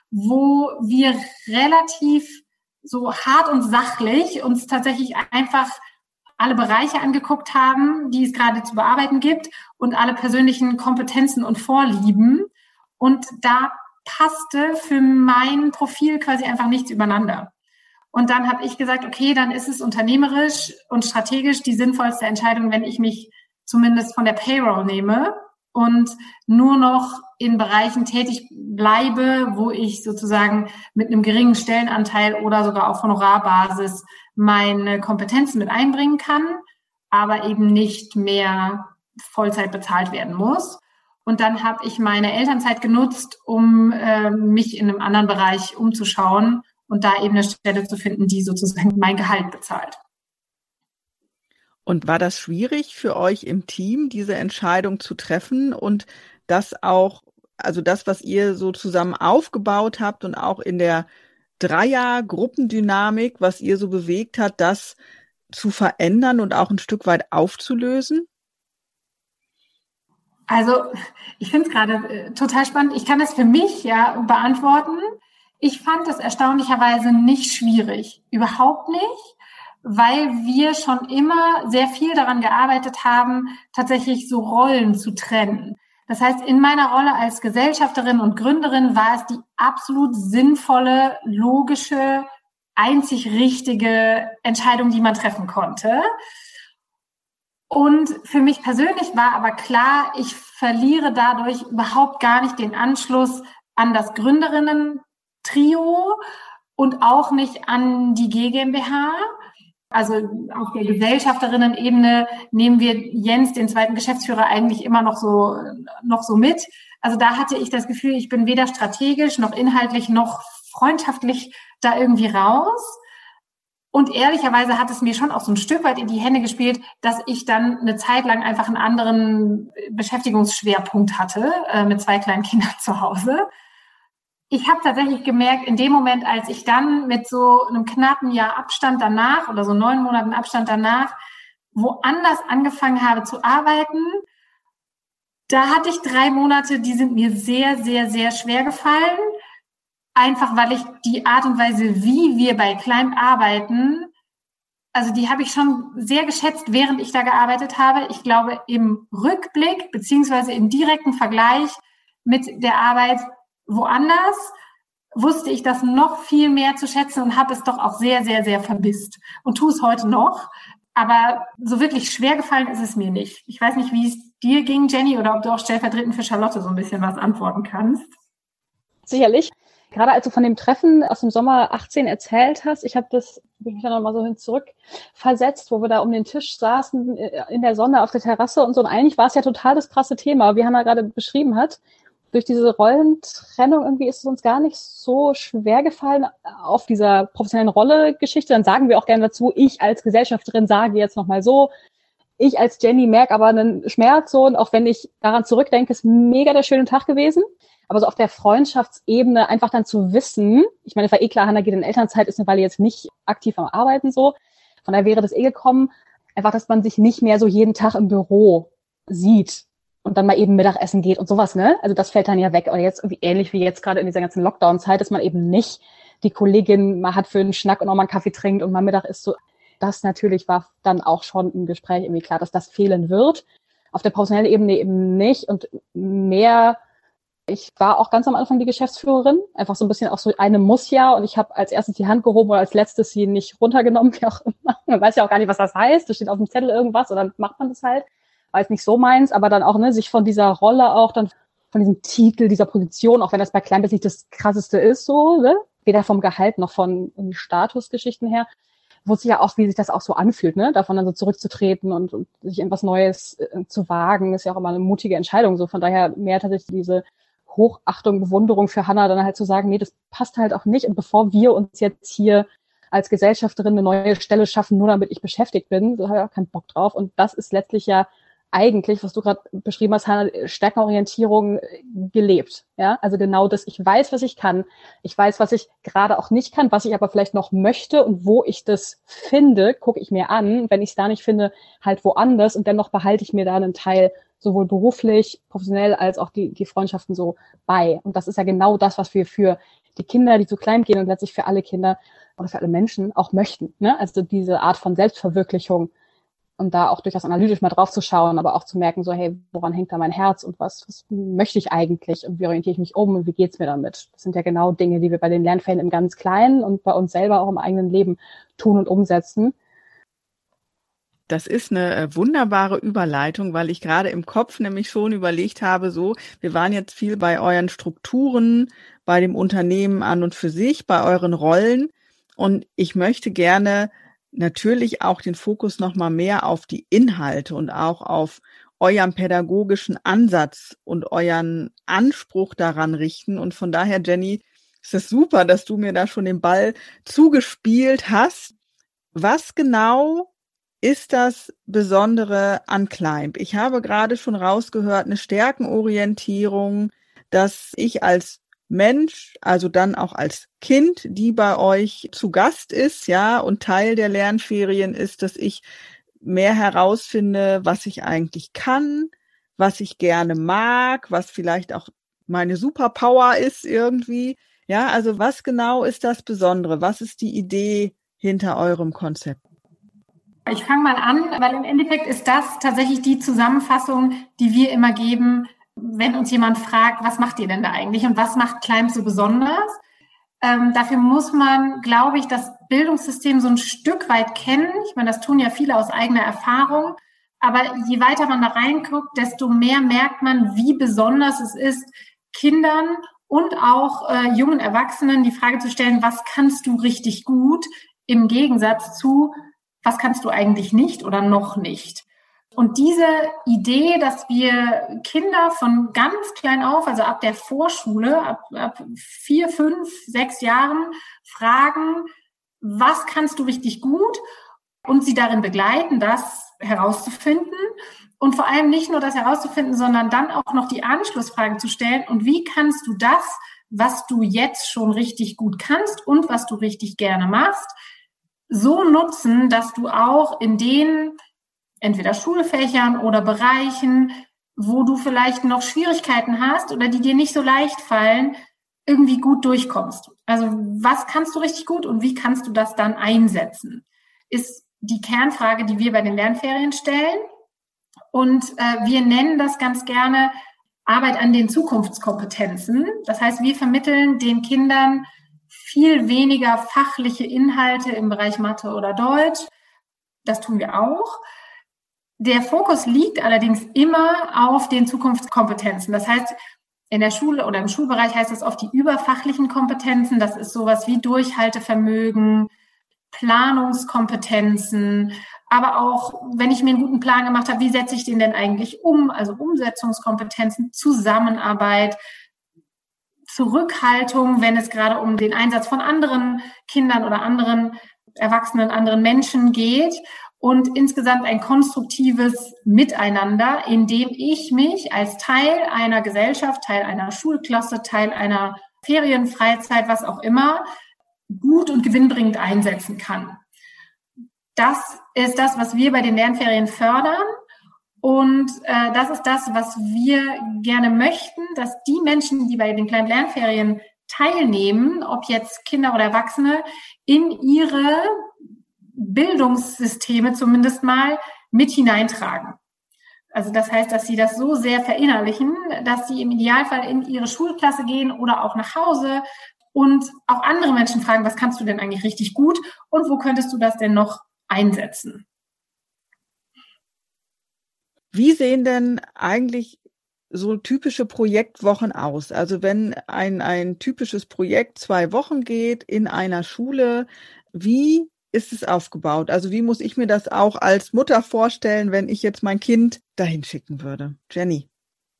wo wir relativ so hart und sachlich uns tatsächlich einfach alle Bereiche angeguckt haben, die es gerade zu bearbeiten gibt und alle persönlichen Kompetenzen und Vorlieben. Und da passte für mein Profil quasi einfach nichts übereinander. Und dann habe ich gesagt, okay, dann ist es unternehmerisch und strategisch die sinnvollste Entscheidung, wenn ich mich zumindest von der Payroll nehme und nur noch in Bereichen tätig bleibe, wo ich sozusagen mit einem geringen Stellenanteil oder sogar auf Honorarbasis meine Kompetenzen mit einbringen kann, aber eben nicht mehr Vollzeit bezahlt werden muss. Und dann habe ich meine Elternzeit genutzt, um äh, mich in einem anderen Bereich umzuschauen und da eben eine Stelle zu finden, die sozusagen mein Gehalt bezahlt. Und war das schwierig für euch im Team, diese Entscheidung zu treffen und das auch, also das, was ihr so zusammen aufgebaut habt und auch in der Dreier-Gruppendynamik, was ihr so bewegt hat, das zu verändern und auch ein Stück weit aufzulösen? Also ich finde es gerade äh, total spannend. Ich kann das für mich ja beantworten. Ich fand es erstaunlicherweise nicht schwierig, überhaupt nicht, weil wir schon immer sehr viel daran gearbeitet haben, tatsächlich so Rollen zu trennen. Das heißt, in meiner Rolle als Gesellschafterin und Gründerin war es die absolut sinnvolle, logische, einzig richtige Entscheidung, die man treffen konnte. Und für mich persönlich war aber klar, ich verliere dadurch überhaupt gar nicht den Anschluss an das Gründerinnen-Trio und auch nicht an die G GmbH. Also auf der Gesellschafterinnen-Ebene nehmen wir Jens, den zweiten Geschäftsführer, eigentlich immer noch so, noch so mit. Also da hatte ich das Gefühl, ich bin weder strategisch noch inhaltlich noch freundschaftlich da irgendwie raus. Und ehrlicherweise hat es mir schon auch so ein Stück weit in die Hände gespielt, dass ich dann eine Zeit lang einfach einen anderen Beschäftigungsschwerpunkt hatte, äh, mit zwei kleinen Kindern zu Hause. Ich habe tatsächlich gemerkt, in dem Moment, als ich dann mit so einem knappen Jahr Abstand danach oder so neun Monaten Abstand danach woanders angefangen habe zu arbeiten, da hatte ich drei Monate, die sind mir sehr, sehr, sehr schwer gefallen. Einfach, weil ich die Art und Weise, wie wir bei Climb arbeiten, also die habe ich schon sehr geschätzt, während ich da gearbeitet habe. Ich glaube, im Rückblick beziehungsweise im direkten Vergleich mit der Arbeit woanders wusste ich das noch viel mehr zu schätzen und habe es doch auch sehr, sehr, sehr vermisst und tue es heute noch. Aber so wirklich schwer gefallen ist es mir nicht. Ich weiß nicht, wie es dir ging, Jenny, oder ob du auch stellvertretend für Charlotte so ein bisschen was antworten kannst. Sicherlich. Gerade als du von dem Treffen aus dem Sommer achtzehn erzählt hast, ich habe das, bin mich da nochmal so hin zurück versetzt, wo wir da um den Tisch saßen, in der Sonne auf der Terrasse und so. Und eigentlich war es ja total das krasse Thema, wie Hannah gerade beschrieben hat. Durch diese Rollentrennung irgendwie ist es uns gar nicht so schwer gefallen auf dieser professionellen Rolle-Geschichte. Dann sagen wir auch gerne dazu, ich als Gesellschafterin sage jetzt nochmal so, ich als Jenny merke aber einen Schmerz so, und auch wenn ich daran zurückdenke, ist mega der schöne Tag gewesen. Aber so auf der Freundschaftsebene einfach dann zu wissen, ich meine, es war eh klar, Hannah geht in Elternzeit, ist eine Weile jetzt nicht aktiv am Arbeiten so. Von daher wäre das eh gekommen, einfach, dass man sich nicht mehr so jeden Tag im Büro sieht. und dann mal eben Mittagessen geht und sowas, ne? Also das fällt dann ja weg. Oder jetzt irgendwie ähnlich wie jetzt gerade in dieser ganzen Lockdown-Zeit, dass man eben nicht die Kollegin mal hat für einen Schnack und auch mal einen Kaffee trinkt und mal Mittag isst. So, das natürlich war dann auch schon im Gespräch irgendwie klar, dass das fehlen wird. Auf der professionellen Ebene eben nicht und mehr. Ich war auch ganz am Anfang die Geschäftsführerin, einfach so ein bisschen auch so eine muss ja und ich habe als erstes die Hand gehoben oder als letztes sie nicht runtergenommen, wie auch immer. Man weiß ja auch gar nicht, was das heißt. Da steht auf dem Zettel irgendwas oder dann macht man das halt. War jetzt nicht so meins, aber dann auch ne, sich von dieser Rolle auch dann von diesem Titel, dieser Position, auch wenn das bei Kleinbiss nicht das Krasseste ist, so, ne? Weder vom Gehalt noch von Statusgeschichten her, wusste ich ja auch, wie sich das auch so anfühlt, ne? Davon dann so zurückzutreten und, und sich in was Neues äh, zu wagen, ist ja auch immer eine mutige Entscheidung. So von daher mehr tatsächlich diese Hochachtung, Bewunderung für Hannah, dann halt zu sagen, nee, das passt halt auch nicht. Und bevor wir uns jetzt hier als Gesellschafterin eine neue Stelle schaffen, nur damit ich beschäftigt bin, da habe ich auch keinen Bock drauf. Und das ist letztlich ja eigentlich, was du gerade beschrieben hast, Hannah, Stärkenorientierung gelebt. Ja, also genau das. Ich weiß, was ich kann. Ich weiß, was ich gerade auch nicht kann, was ich aber vielleicht noch möchte und wo ich das finde, gucke ich mir an. Wenn ich es da nicht finde, halt woanders. Und dennoch behalte ich mir da einen Teil sowohl beruflich, professionell als auch die, die Freundschaften so bei. Und das ist ja genau das, was wir für die Kinder, die zu klein gehen und letztlich für alle Kinder oder für alle Menschen auch möchten. Ne? Also diese Art von Selbstverwirklichung und da auch durchaus analytisch mal drauf zu schauen, aber auch zu merken, so hey, woran hängt da mein Herz und was, was möchte ich eigentlich und wie orientiere ich mich um und wie geht's mir damit? Das sind ja genau Dinge, die wir bei den Lernferien im ganz Kleinen und bei uns selber auch im eigenen Leben tun und umsetzen. Das ist eine wunderbare Überleitung, weil ich gerade im Kopf nämlich schon überlegt habe, so, wir waren jetzt viel bei euren Strukturen, bei dem Unternehmen an und für sich, bei euren Rollen und ich möchte gerne natürlich auch den Fokus noch mal mehr auf die Inhalte und auch auf euren pädagogischen Ansatz und euren Anspruch daran richten. Und von daher, Jenny, ist es super, dass du mir da schon den Ball zugespielt hast. Was genau ist das Besondere an Climb? Ich habe gerade schon rausgehört, eine Stärkenorientierung, dass ich als Mensch, also dann auch als Kind, die bei euch zu Gast ist, ja, und Teil der Lernferien ist, dass ich mehr herausfinde, was ich eigentlich kann, was ich gerne mag, was vielleicht auch meine Superpower ist irgendwie. Ja, also was genau ist das Besondere? Was ist die Idee hinter eurem Konzept? Ich fange mal an, weil im Endeffekt ist das tatsächlich die Zusammenfassung, die wir immer geben, wenn uns jemand fragt, was macht ihr denn da eigentlich und was macht Climb so besonders? Ähm, dafür muss man, glaube ich, das Bildungssystem so ein Stück weit kennen. Ich meine, das tun ja viele aus eigener Erfahrung. Aber je weiter man da reinguckt, desto mehr merkt man, wie besonders es ist, Kindern und auch äh, jungen Erwachsenen die Frage zu stellen, was kannst du richtig gut, im Gegensatz zu, was kannst du eigentlich nicht oder noch nicht? Und diese Idee, dass wir Kinder von ganz klein auf, also ab der Vorschule, ab, ab vier, fünf, sechs Jahren fragen, was kannst du richtig gut und sie darin begleiten, das herauszufinden und vor allem nicht nur das herauszufinden, sondern dann auch noch die Anschlussfrage zu stellen und wie kannst du das, was du jetzt schon richtig gut kannst und was du richtig gerne machst, so nutzen, dass du auch in den entweder Schulfächern oder Bereichen, wo du vielleicht noch Schwierigkeiten hast oder die dir nicht so leicht fallen, irgendwie gut durchkommst. Also was kannst du richtig gut und wie kannst du das dann einsetzen, ist die Kernfrage, die wir bei den Lernferien stellen. Und äh, wir nennen das ganz gerne Arbeit an den Zukunftskompetenzen. Das heißt, wir vermitteln den Kindern viel weniger fachliche Inhalte im Bereich Mathe oder Deutsch. Das tun wir auch. Der Fokus liegt allerdings immer auf den Zukunftskompetenzen. Das heißt, in der Schule oder im Schulbereich heißt es oft die überfachlichen Kompetenzen. Das ist sowas wie Durchhaltevermögen, Planungskompetenzen, aber auch, wenn ich mir einen guten Plan gemacht habe, wie setze ich den denn eigentlich um? Also Umsetzungskompetenzen, Zusammenarbeit, Zurückhaltung, wenn es gerade um den Einsatz von anderen Kindern oder anderen Erwachsenen, anderen Menschen geht. Und insgesamt ein konstruktives Miteinander, in dem ich mich als Teil einer Gesellschaft, Teil einer Schulklasse, Teil einer Ferienfreizeit, was auch immer, gut und gewinnbringend einsetzen kann. Das ist das, was wir bei den Lernferien fördern. Und äh, das ist das, was wir gerne möchten, dass die Menschen, die bei den kleinen Lernferien teilnehmen, ob jetzt Kinder oder Erwachsene, in ihre Bildungssysteme zumindest mal mit hineintragen. Also das heißt, dass sie das so sehr verinnerlichen, dass sie im Idealfall in ihre Schulklasse gehen oder auch nach Hause und auch andere Menschen fragen, was kannst du denn eigentlich richtig gut und wo könntest du das denn noch einsetzen? Wie sehen denn eigentlich so typische Projektwochen aus? Also wenn ein, ein typisches Projekt zwei Wochen geht in einer Schule, wie ist es aufgebaut? Also wie muss ich mir das auch als Mutter vorstellen, wenn ich jetzt mein Kind dahin schicken würde? Jenny.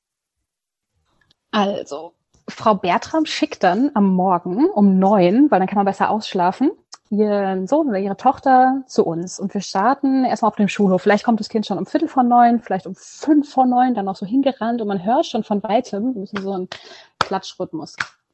Also, Frau Bertram schickt dann am Morgen um neun, weil dann kann man besser ausschlafen, ihren Sohn oder ihre Tochter zu uns. Und wir starten erstmal auf dem Schulhof. Vielleicht kommt das Kind schon um Viertel vor neun, vielleicht um fünf vor neun, dann noch so hingerannt und man hört schon von weitem, wir müssen so einen Klatschrhythmus.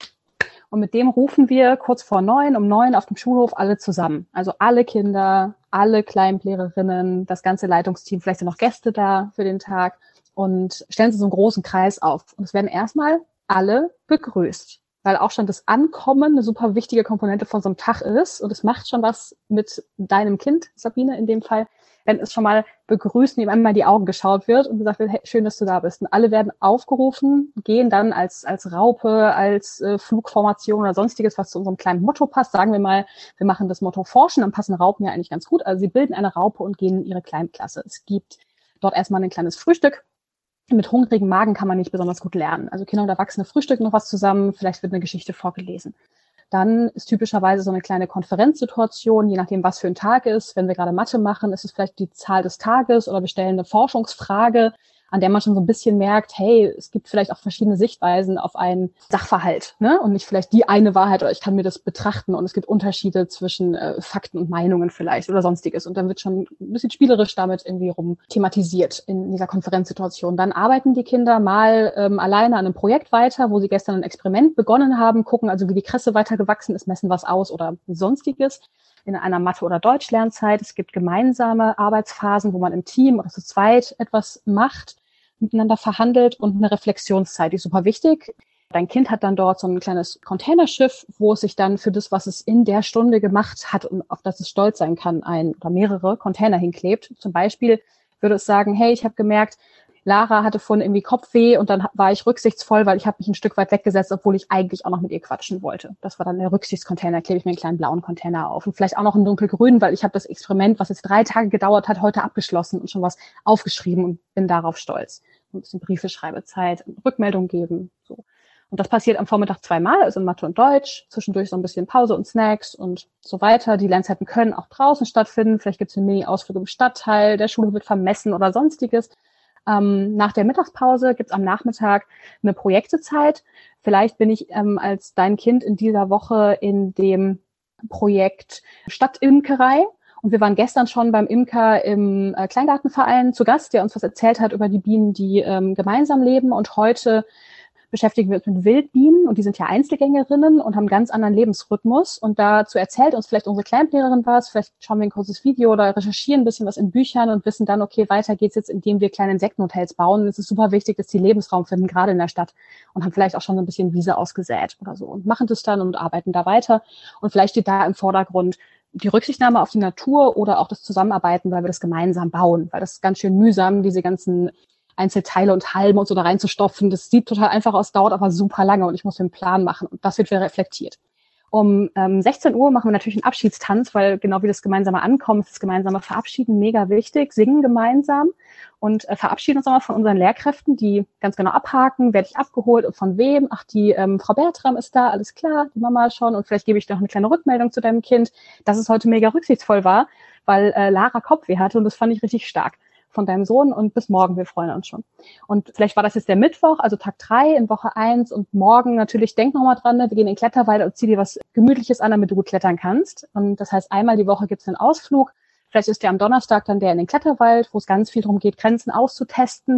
Und mit dem rufen wir kurz vor neun, um neun auf dem Schulhof alle zusammen. Also alle Kinder, alle Kleinlehrerinnen, das ganze Leitungsteam, vielleicht sind noch Gäste da für den Tag und stellen sie so einen großen Kreis auf. Und es werden erstmal alle begrüßt, weil auch schon das Ankommen eine super wichtige Komponente von so einem Tag ist. Und es macht schon was mit deinem Kind, Sabine in dem Fall, wenn es schon mal begrüßt, ihm einmal in die Augen geschaut wird und gesagt wird, hey, schön, dass du da bist. Und alle werden aufgerufen, gehen dann als als Raupe, als äh, Flugformation oder sonstiges, was zu unserem kleinen Motto passt. Sagen wir mal, wir machen das Motto Forschen, dann passen Raupen ja eigentlich ganz gut. Also sie bilden eine Raupe und gehen in ihre Kleinklasse. Es gibt dort erstmal ein kleines Frühstück. Mit hungrigem Magen kann man nicht besonders gut lernen. Also Kinder und Erwachsene frühstücken noch was zusammen, vielleicht wird eine Geschichte vorgelesen. Dann ist typischerweise so eine kleine Konferenzsituation, je nachdem, was für ein Tag ist. Wenn wir gerade Mathe machen, ist es vielleicht die Zahl des Tages oder wir stellen eine Forschungsfrage, an der man schon so ein bisschen merkt, hey, es gibt vielleicht auch verschiedene Sichtweisen auf einen Sachverhalt, ne? Und nicht vielleicht die eine Wahrheit oder ich kann mir das betrachten und es gibt Unterschiede zwischen äh, Fakten und Meinungen vielleicht oder sonstiges. Und dann wird schon ein bisschen spielerisch damit irgendwie rum thematisiert in dieser Konferenzsituation. Dann arbeiten die Kinder mal ähm, alleine an einem Projekt weiter, wo sie gestern ein Experiment begonnen haben, gucken also, wie die Kresse weiter gewachsen ist, messen was aus oder sonstiges. In einer Mathe- oder Deutschlernzeit. Es gibt gemeinsame Arbeitsphasen, wo man im Team oder zu zweit etwas macht, miteinander verhandelt und eine Reflexionszeit, die ist super wichtig. Dein Kind hat dann dort so ein kleines Containerschiff, wo es sich dann für das, was es in der Stunde gemacht hat und auf das es stolz sein kann, ein oder mehrere Container hinklebt. Zum Beispiel würde es sagen, hey, ich habe gemerkt, Lara hatte vorhin irgendwie Kopfweh und dann war ich rücksichtsvoll, weil ich habe mich ein Stück weit weggesetzt, obwohl ich eigentlich auch noch mit ihr quatschen wollte. Das war dann der Rücksichtscontainer, klebe ich mir einen kleinen blauen Container auf. Und vielleicht auch noch einen dunkelgrünen, weil ich habe das Experiment, was jetzt drei Tage gedauert hat, heute abgeschlossen und schon was aufgeschrieben und bin darauf stolz. Ein bisschen Briefeschreibezeit, Rückmeldung geben. So. Und das passiert am Vormittag zweimal, also in Mathe und Deutsch, zwischendurch so ein bisschen Pause und Snacks und so weiter. Die Lernzeiten können auch draußen stattfinden. Vielleicht gibt es einen Mini-Ausflug im Stadtteil, der Schule wird vermessen oder sonstiges. Ähm, nach der Mittagspause gibt's am Nachmittag eine Projektezeit. Vielleicht bin ich ähm, als dein Kind in dieser Woche in dem Projekt Stadtimkerei. Und wir waren gestern schon beim Imker im äh, Kleingartenverein zu Gast, der uns was erzählt hat über die Bienen, die ähm, gemeinsam leben. Und heute beschäftigen wir uns mit Wildbienen und die sind ja Einzelgängerinnen und haben einen ganz anderen Lebensrhythmus. Und dazu erzählt uns vielleicht unsere Kleinlehrerin was, vielleicht schauen wir ein kurzes Video oder recherchieren ein bisschen was in Büchern und wissen dann, okay, weiter geht's jetzt, indem wir kleine Insektenhotels bauen. Und es ist super wichtig, dass die Lebensraum finden, gerade in der Stadt, und haben vielleicht auch schon so ein bisschen Wiese ausgesät oder so und machen das dann und arbeiten da weiter. Und vielleicht steht da im Vordergrund die Rücksichtnahme auf die Natur oder auch das Zusammenarbeiten, weil wir das gemeinsam bauen, weil das ist ganz schön mühsam, diese ganzen Einzelteile und Halme und so da reinzustopfen. Das sieht total einfach aus, dauert aber super lange und ich muss mir einen Plan machen und das wird wieder reflektiert. Um ähm, sechzehn Uhr machen wir natürlich einen Abschiedstanz, weil genau wie das gemeinsame Ankommen, das gemeinsame Verabschieden mega wichtig, singen gemeinsam und äh, verabschieden uns nochmal von unseren Lehrkräften, die ganz genau abhaken, werde ich abgeholt und von wem. Ach, die ähm, Frau Bertram ist da, alles klar, die Mama schon und vielleicht gebe ich noch eine kleine Rückmeldung zu deinem Kind, dass es heute mega rücksichtsvoll war, weil äh, Lara Kopfweh hatte und das fand ich richtig stark. Von deinem Sohn und bis morgen, wir freuen uns schon. Und vielleicht war das jetzt der Mittwoch, also Tag drei in Woche eins und morgen natürlich, denk nochmal dran, ne, wir gehen in den Kletterwald und zieh dir was Gemütliches an, damit du gut klettern kannst. Und das heißt, einmal die Woche gibt's einen Ausflug. Vielleicht ist der am Donnerstag dann der in den Kletterwald, wo es ganz viel darum geht, Grenzen auszutesten.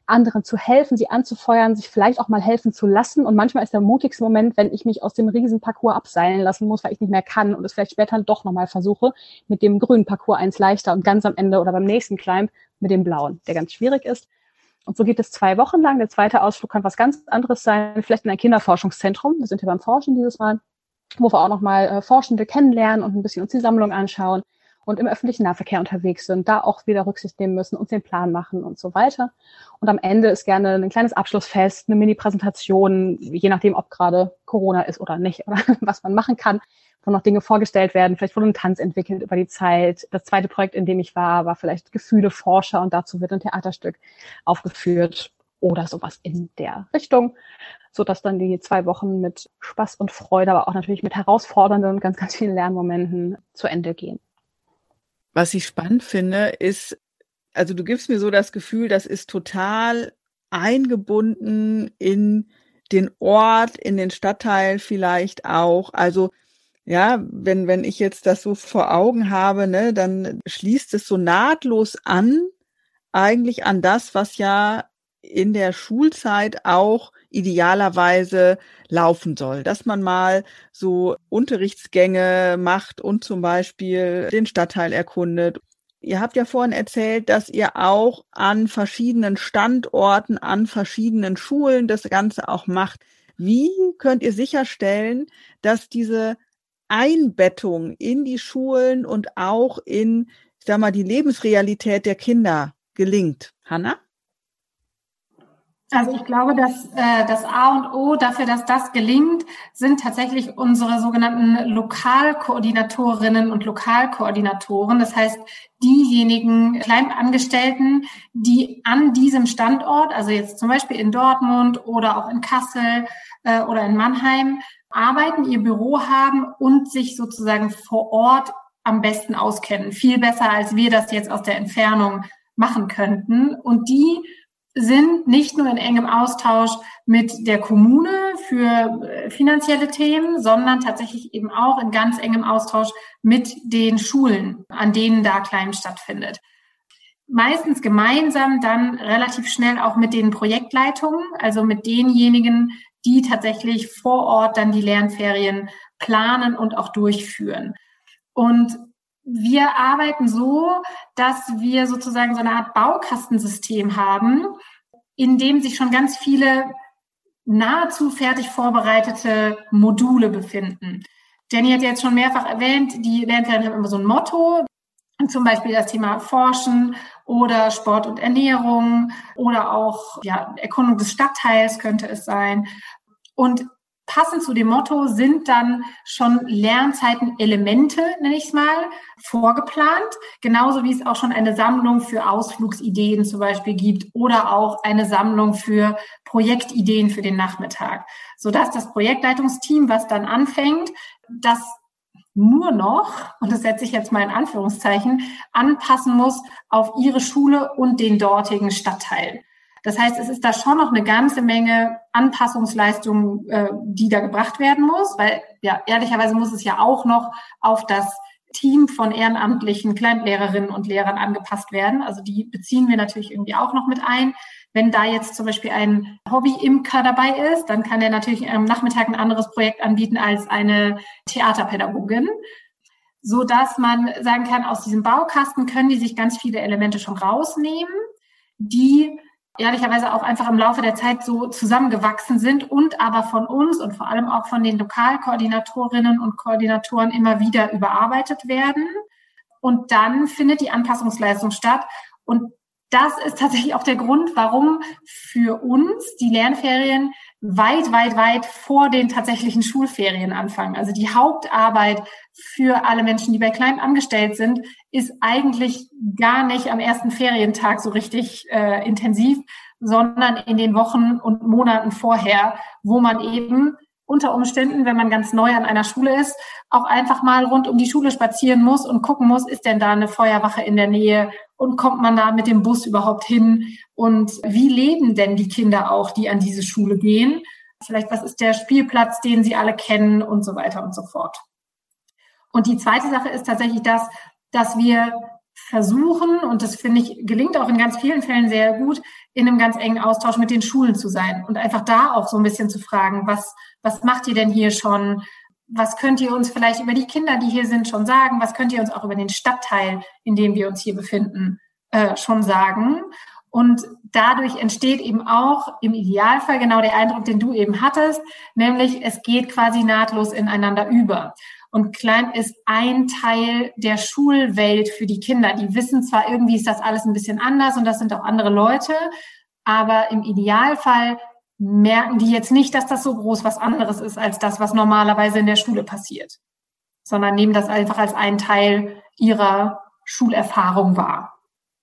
anderen zu helfen, sie anzufeuern, sich vielleicht auch mal helfen zu lassen. Und manchmal ist der mutigste Moment, wenn ich mich aus dem riesen Parcours abseilen lassen muss, weil ich nicht mehr kann und es vielleicht später doch nochmal versuche, mit dem grünen Parcours eins leichter und ganz am Ende oder beim nächsten Climb mit dem blauen, der ganz schwierig ist. Und so geht es zwei Wochen lang. Der zweite Ausflug kann was ganz anderes sein, vielleicht in ein Kinderforschungszentrum. Wir sind hier beim Forschen dieses Mal, wo wir auch nochmal äh, Forschende kennenlernen und ein bisschen uns die Sammlung anschauen und im öffentlichen Nahverkehr unterwegs sind, da auch wieder Rücksicht nehmen müssen, uns den Plan machen und so weiter. Und am Ende ist gerne ein kleines Abschlussfest, eine Mini-Präsentation, je nachdem, ob gerade Corona ist oder nicht oder was man machen kann, wo noch Dinge vorgestellt werden. Vielleicht wurde ein Tanz entwickelt über die Zeit. Das zweite Projekt, in dem ich war, war vielleicht Gefühle Forscher und dazu wird ein Theaterstück aufgeführt oder sowas in der Richtung, so dass dann die zwei Wochen mit Spaß und Freude, aber auch natürlich mit herausfordernden und ganz, ganz vielen Lernmomenten zu Ende gehen. Was ich spannend finde, ist, also du gibst mir so das Gefühl, das ist total eingebunden in den Ort, in den Stadtteil vielleicht auch. Also ja, wenn wenn ich jetzt das so vor Augen habe, ne, dann schließt es so nahtlos an, eigentlich an das, was ja in der Schulzeit auch idealerweise laufen soll, dass man mal so Unterrichtsgänge macht und zum Beispiel den Stadtteil erkundet. Ihr habt ja vorhin erzählt, dass ihr auch an verschiedenen Standorten, an verschiedenen Schulen das Ganze auch macht. Wie könnt ihr sicherstellen, dass diese Einbettung in die Schulen und auch in, ich sag mal, die Lebensrealität der Kinder gelingt? Hanna? Also ich glaube, dass äh, das A und O dafür, dass das gelingt, sind tatsächlich unsere sogenannten Lokalkoordinatorinnen und Lokalkoordinatoren. Das heißt, diejenigen Kleinangestellten, die an diesem Standort, also jetzt zum Beispiel in Dortmund oder auch in Kassel äh, oder in Mannheim, arbeiten, ihr Büro haben und sich sozusagen vor Ort am besten auskennen. Viel besser, als wir das jetzt aus der Entfernung machen könnten. Und die sind nicht nur in engem Austausch mit der Kommune für finanzielle Themen, sondern tatsächlich eben auch in ganz engem Austausch mit den Schulen, an denen da Climb stattfindet. Meistens gemeinsam dann relativ schnell auch mit den Projektleitungen, also mit denjenigen, die tatsächlich vor Ort dann die Lernferien planen und auch durchführen. Und wir arbeiten so, dass wir sozusagen so eine Art Baukastensystem haben, in dem sich schon ganz viele nahezu fertig vorbereitete Module befinden. Jenny hat jetzt schon mehrfach erwähnt, die Lernferien haben immer so ein Motto, zum Beispiel das Thema Forschen oder Sport und Ernährung oder auch ja, Erkundung des Stadtteils könnte es sein. Und passend zu dem Motto sind dann schon Lernzeiten-Elemente, nenne ich es mal, vorgeplant. Genauso wie es auch schon eine Sammlung für Ausflugsideen zum Beispiel gibt oder auch eine Sammlung für Projektideen für den Nachmittag. Sodass das Projektleitungsteam, was dann anfängt, das nur noch, und das setze ich jetzt mal in Anführungszeichen, anpassen muss auf ihre Schule und den dortigen Stadtteil. Das heißt, es ist da schon noch eine ganze Menge Anpassungsleistung, äh, die da gebracht werden muss, weil ja ehrlicherweise muss es ja auch noch auf das Team von ehrenamtlichen Kleinlehrerinnen und Lehrern angepasst werden. Also die beziehen wir natürlich irgendwie auch noch mit ein. Wenn da jetzt zum Beispiel ein Hobby-Imker dabei ist, dann kann der natürlich am Nachmittag ein anderes Projekt anbieten als eine Theaterpädagogin, so dass man sagen kann, aus diesem Baukasten können die sich ganz viele Elemente schon rausnehmen, die ehrlicherweise auch einfach im Laufe der Zeit so zusammengewachsen sind und aber von uns und vor allem auch von den Lokalkoordinatorinnen und Koordinatoren immer wieder überarbeitet werden. Und dann findet die Anpassungsleistung statt. Und das ist tatsächlich auch der Grund, warum für uns die Lernferien weit, weit, weit vor den tatsächlichen Schulferien anfangen. Also die Hauptarbeit für alle Menschen, die bei Climb angestellt sind, ist eigentlich gar nicht am ersten Ferientag so richtig äh, intensiv, sondern in den Wochen und Monaten vorher, wo man eben unter Umständen, wenn man ganz neu an einer Schule ist, auch einfach mal rund um die Schule spazieren muss und gucken muss, ist denn da eine Feuerwache in der Nähe und kommt man da mit dem Bus überhaupt hin und wie leben denn die Kinder auch, die an diese Schule gehen? Vielleicht, was ist der Spielplatz, den sie alle kennen und so weiter und so fort. Und die zweite Sache ist tatsächlich das, dass wir versuchen, und das finde ich, gelingt auch in ganz vielen Fällen sehr gut, in einem ganz engen Austausch mit den Schulen zu sein und einfach da auch so ein bisschen zu fragen, was, was macht ihr denn hier schon? Was könnt ihr uns vielleicht über die Kinder, die hier sind, schon sagen? Was könnt ihr uns auch über den Stadtteil, in dem wir uns hier befinden, äh, schon sagen? Und dadurch entsteht eben auch im Idealfall genau der Eindruck, den du eben hattest, nämlich es geht quasi nahtlos ineinander über. Und Climb ist ein Teil der Schulwelt für die Kinder. Die wissen zwar, irgendwie ist das alles ein bisschen anders und das sind auch andere Leute, aber im Idealfall merken die jetzt nicht, dass das so groß was anderes ist als das, was normalerweise in der Schule passiert, sondern nehmen das einfach als einen Teil ihrer Schulerfahrung wahr.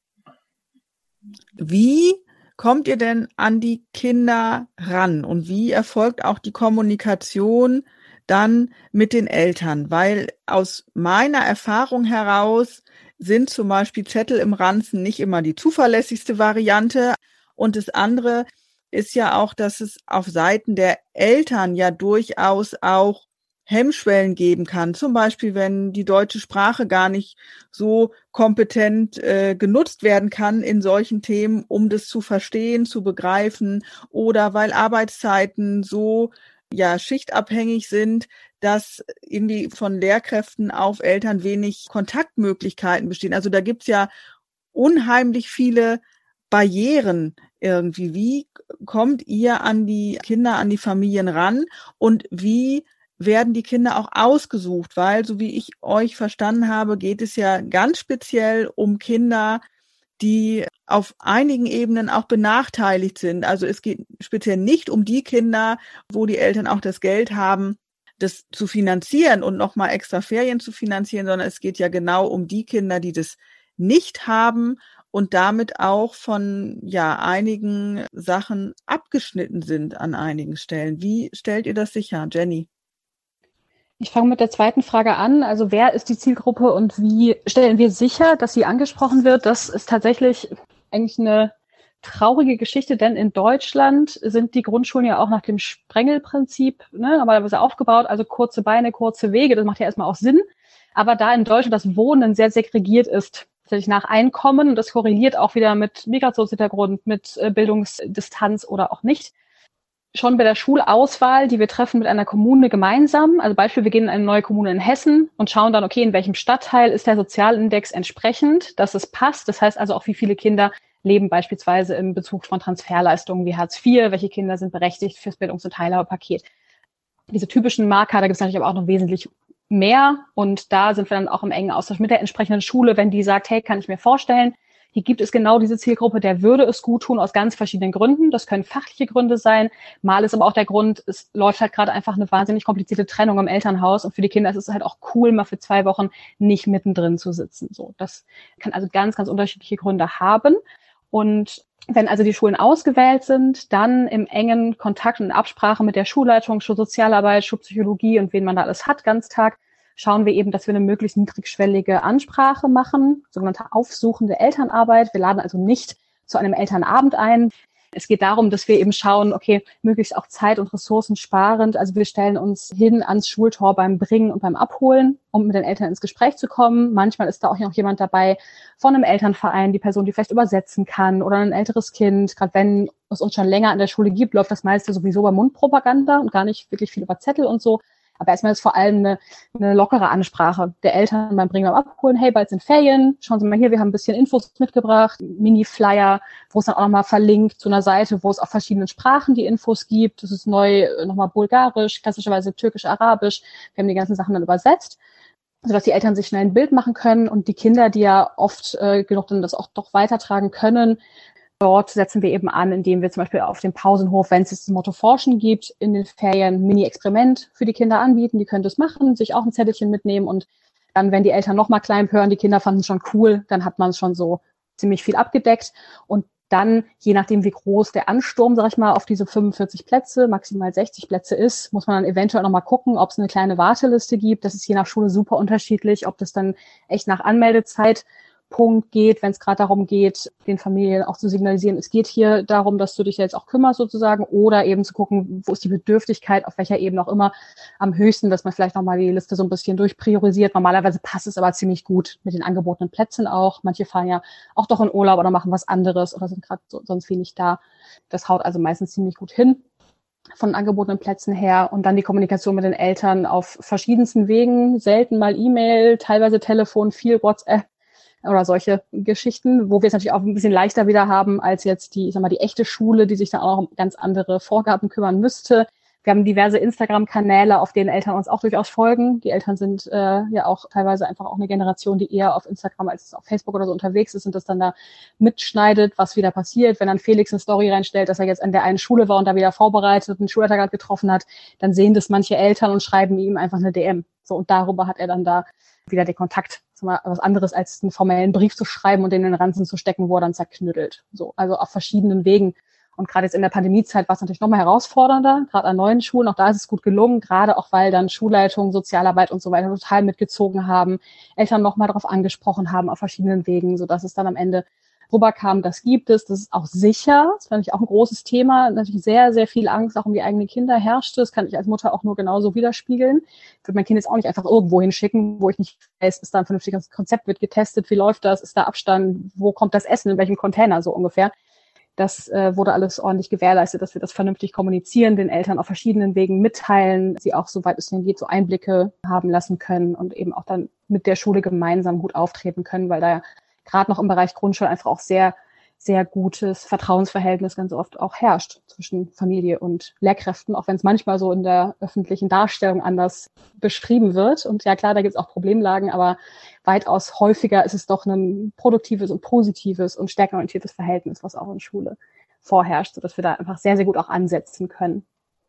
Wie kommt ihr denn an die Kinder ran und wie erfolgt auch die Kommunikation dann mit den Eltern? Weil aus meiner Erfahrung heraus sind zum Beispiel Zettel im Ranzen nicht immer die zuverlässigste Variante. Und das andere ist ja auch, dass es auf Seiten der Eltern ja durchaus auch Hemmschwellen geben kann. Zum Beispiel, wenn die deutsche Sprache gar nicht so kompetent äh, genutzt werden kann in solchen Themen, um das zu verstehen, zu begreifen, oder weil Arbeitszeiten so ja schichtabhängig sind, dass irgendwie von Lehrkräften auf Eltern wenig Kontaktmöglichkeiten bestehen. Also da gibt's ja unheimlich viele Barrieren irgendwie. Wie kommt ihr an die Kinder, an die Familien ran und wie werden die Kinder auch ausgesucht? Weil, so wie ich euch verstanden habe, geht es ja ganz speziell um Kinder, die auf einigen Ebenen auch benachteiligt sind. Also es geht speziell nicht um die Kinder, wo die Eltern auch das Geld haben, das zu finanzieren und nochmal extra Ferien zu finanzieren, sondern es geht ja genau um die Kinder, die das nicht haben und damit auch von ja einigen Sachen abgeschnitten sind an einigen Stellen. Wie stellt ihr das sicher, Jenny? Ich fange mit der zweiten Frage an. Also wer ist die Zielgruppe und wie stellen wir sicher, dass sie angesprochen wird? Das ist tatsächlich eigentlich eine traurige Geschichte, denn in Deutschland sind die Grundschulen ja auch nach dem Sprengelprinzip ne, normalerweise aufgebaut, also kurze Beine, kurze Wege. Das macht ja erstmal auch Sinn. Aber da in Deutschland das Wohnen sehr segregiert ist, tatsächlich nach Einkommen, und das korreliert auch wieder mit Migrationshintergrund, mit Bildungsdistanz oder auch nicht, schon bei der Schulauswahl, die wir treffen mit einer Kommune gemeinsam, also Beispiel, wir gehen in eine neue Kommune in Hessen und schauen dann, okay, in welchem Stadtteil ist der Sozialindex entsprechend, dass es passt. Das heißt also auch, wie viele Kinder leben beispielsweise im Bezug von Transferleistungen wie Hartz vier, welche Kinder sind berechtigt fürs Bildungs- und Teilhabepaket. Diese typischen Marker, da gibt es natürlich aber auch noch wesentlich mehr, und da sind wir dann auch im engen Austausch mit der entsprechenden Schule, wenn die sagt, hey, kann ich mir vorstellen, hier gibt es genau diese Zielgruppe, der würde es gut tun aus ganz verschiedenen Gründen. Das können fachliche Gründe sein. Mal ist aber auch der Grund, es läuft halt gerade einfach eine wahnsinnig komplizierte Trennung im Elternhaus, und für die Kinder ist es halt auch cool, mal für zwei Wochen nicht mittendrin zu sitzen. So, das kann also ganz, ganz unterschiedliche Gründe haben. Und wenn also die Schulen ausgewählt sind, dann im engen Kontakt und Absprache mit der Schulleitung, Schulsozialarbeit, Schulpsychologie und wen man da alles hat, Ganztag, schauen wir eben, dass wir eine möglichst niedrigschwellige Ansprache machen, sogenannte aufsuchende Elternarbeit. Wir laden also nicht zu einem Elternabend ein. Es geht darum, dass wir eben schauen, okay, möglichst auch Zeit und Ressourcen sparend. Also wir stellen uns hin ans Schultor beim Bringen und beim Abholen, um mit den Eltern ins Gespräch zu kommen. Manchmal ist da auch noch jemand dabei von einem Elternverein, die Person, die vielleicht übersetzen kann, oder ein älteres Kind. Gerade wenn es uns schon länger an der Schule gibt, läuft das meiste sowieso bei Mundpropaganda und gar nicht wirklich viel über Zettel und so. Aber erstmal ist vor allem eine, eine lockere Ansprache der Eltern beim Bringen, beim Abholen. Hey, bald sind Ferien. Schauen Sie mal hier, wir haben ein bisschen Infos mitgebracht. Mini-Flyer, wo es dann auch nochmal verlinkt zu einer Seite, wo es auf verschiedenen Sprachen die Infos gibt. Das ist neu nochmal Bulgarisch, klassischerweise Türkisch, Arabisch. Wir haben die ganzen Sachen dann übersetzt, sodass die Eltern sich schnell ein Bild machen können und die Kinder, die ja oft äh, genug dann das auch doch weitertragen können. Dort setzen wir eben an, indem wir zum Beispiel auf dem Pausenhof, wenn es das Motto Forschen gibt, in den Ferien Mini-Experiment für die Kinder anbieten. Die können das machen, sich auch ein Zettelchen mitnehmen, und dann, wenn die Eltern nochmal Climb hören, die Kinder fanden es schon cool, dann hat man schon so ziemlich viel abgedeckt. Und dann, je nachdem wie groß der Ansturm, sag ich mal, auf diese fünfundvierzig Plätze, maximal sechzig Plätze ist, muss man dann eventuell nochmal gucken, ob es eine kleine Warteliste gibt. Das ist je nach Schule super unterschiedlich, ob das dann echt nach Anmeldezeit Punkt geht, wenn es gerade darum geht, den Familien auch zu signalisieren, es geht hier darum, dass du dich jetzt auch kümmerst sozusagen, oder eben zu gucken, wo ist die Bedürftigkeit, auf welcher Ebene auch immer am höchsten, dass man vielleicht nochmal die Liste so ein bisschen durchpriorisiert. Normalerweise passt es aber ziemlich gut mit den angebotenen Plätzen auch. Manche fahren ja auch doch in Urlaub oder machen was anderes oder sind gerade so, sonst wenig da. Das haut also meistens ziemlich gut hin von angebotenen Plätzen her. Und dann die Kommunikation mit den Eltern auf verschiedensten Wegen, selten mal E-Mail, teilweise Telefon, viel WhatsApp oder solche Geschichten, wo wir es natürlich auch ein bisschen leichter wieder haben als jetzt die, ich sag mal, die echte Schule, die sich dann auch um ganz andere Vorgaben kümmern müsste. Wir haben diverse Instagram-Kanäle, auf denen Eltern uns auch durchaus folgen. Die Eltern sind äh, ja auch teilweise einfach auch eine Generation, die eher auf Instagram als auf Facebook oder so unterwegs ist und das dann da mitschneidet, was wieder passiert. Wenn dann Felix eine Story reinstellt, dass er jetzt an der einen Schule war und da wieder vorbereitet und einen Schulleiter gerade getroffen hat, dann sehen das manche Eltern und schreiben ihm einfach eine D M. So, und darüber hat er dann da wieder den Kontakt. Was anderes als einen formellen Brief zu schreiben und in den Ranzen zu stecken, wo er dann zerknüttelt. So, also auf verschiedenen Wegen. Und gerade jetzt in der Pandemiezeit war es natürlich nochmal herausfordernder, gerade an neuen Schulen. Auch da ist es gut gelungen, gerade auch weil dann Schulleitung, Sozialarbeit und so weiter total mitgezogen haben, Eltern nochmal darauf angesprochen haben auf verschiedenen Wegen, sodass es dann am Ende rüberkam, das gibt es, das ist auch sicher. Das fand ich auch ein großes Thema. Natürlich sehr, sehr viel Angst auch um die eigenen Kinder herrschte. Das kann ich als Mutter auch nur genauso widerspiegeln. Ich würde mein Kind jetzt auch nicht einfach irgendwo hinschicken, wo ich nicht weiß, ist da ein vernünftiges Konzept, wird getestet, wie läuft das, ist da Abstand, wo kommt das Essen, in welchem Container, so ungefähr. Das äh, wurde alles ordentlich gewährleistet, dass wir das vernünftig kommunizieren, den Eltern auf verschiedenen Wegen mitteilen, sie auch, soweit es denn geht, so Einblicke haben lassen können und eben auch dann mit der Schule gemeinsam gut auftreten können, weil da ja gerade noch im Bereich Grundschule einfach auch sehr, sehr gutes Vertrauensverhältnis ganz oft auch herrscht zwischen Familie und Lehrkräften, auch wenn es manchmal so in der öffentlichen Darstellung anders beschrieben wird. Und ja klar, da gibt es auch Problemlagen, aber weitaus häufiger ist es doch ein produktives und positives und stärkenorientiertes Verhältnis, was auch in Schule vorherrscht, sodass wir da einfach sehr, sehr gut auch ansetzen können.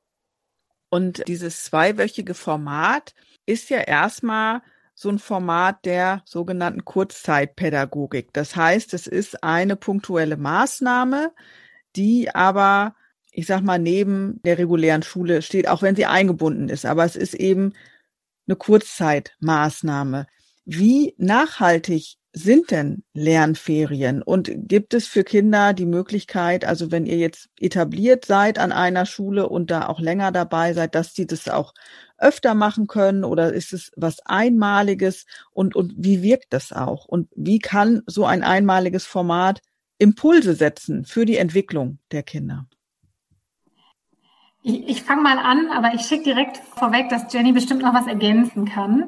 Und dieses zweiwöchige Format ist ja erstmal so ein Format der sogenannten Kurzzeitpädagogik. Das heißt, es ist eine punktuelle Maßnahme, die aber, ich sag mal, neben der regulären Schule steht, auch wenn sie eingebunden ist. Aber es ist eben eine Kurzzeitmaßnahme. Wie nachhaltig sind denn Lernferien? Und gibt es für Kinder die Möglichkeit, also wenn ihr jetzt etabliert seid an einer Schule und da auch länger dabei seid, dass die das auch öfter machen können, oder ist es was Einmaliges, und, und wie wirkt das auch? Und wie kann so ein einmaliges Format Impulse setzen für die Entwicklung der Kinder? Ich, ich fange mal an, aber ich schicke direkt vorweg, dass Jenny bestimmt noch was ergänzen kann.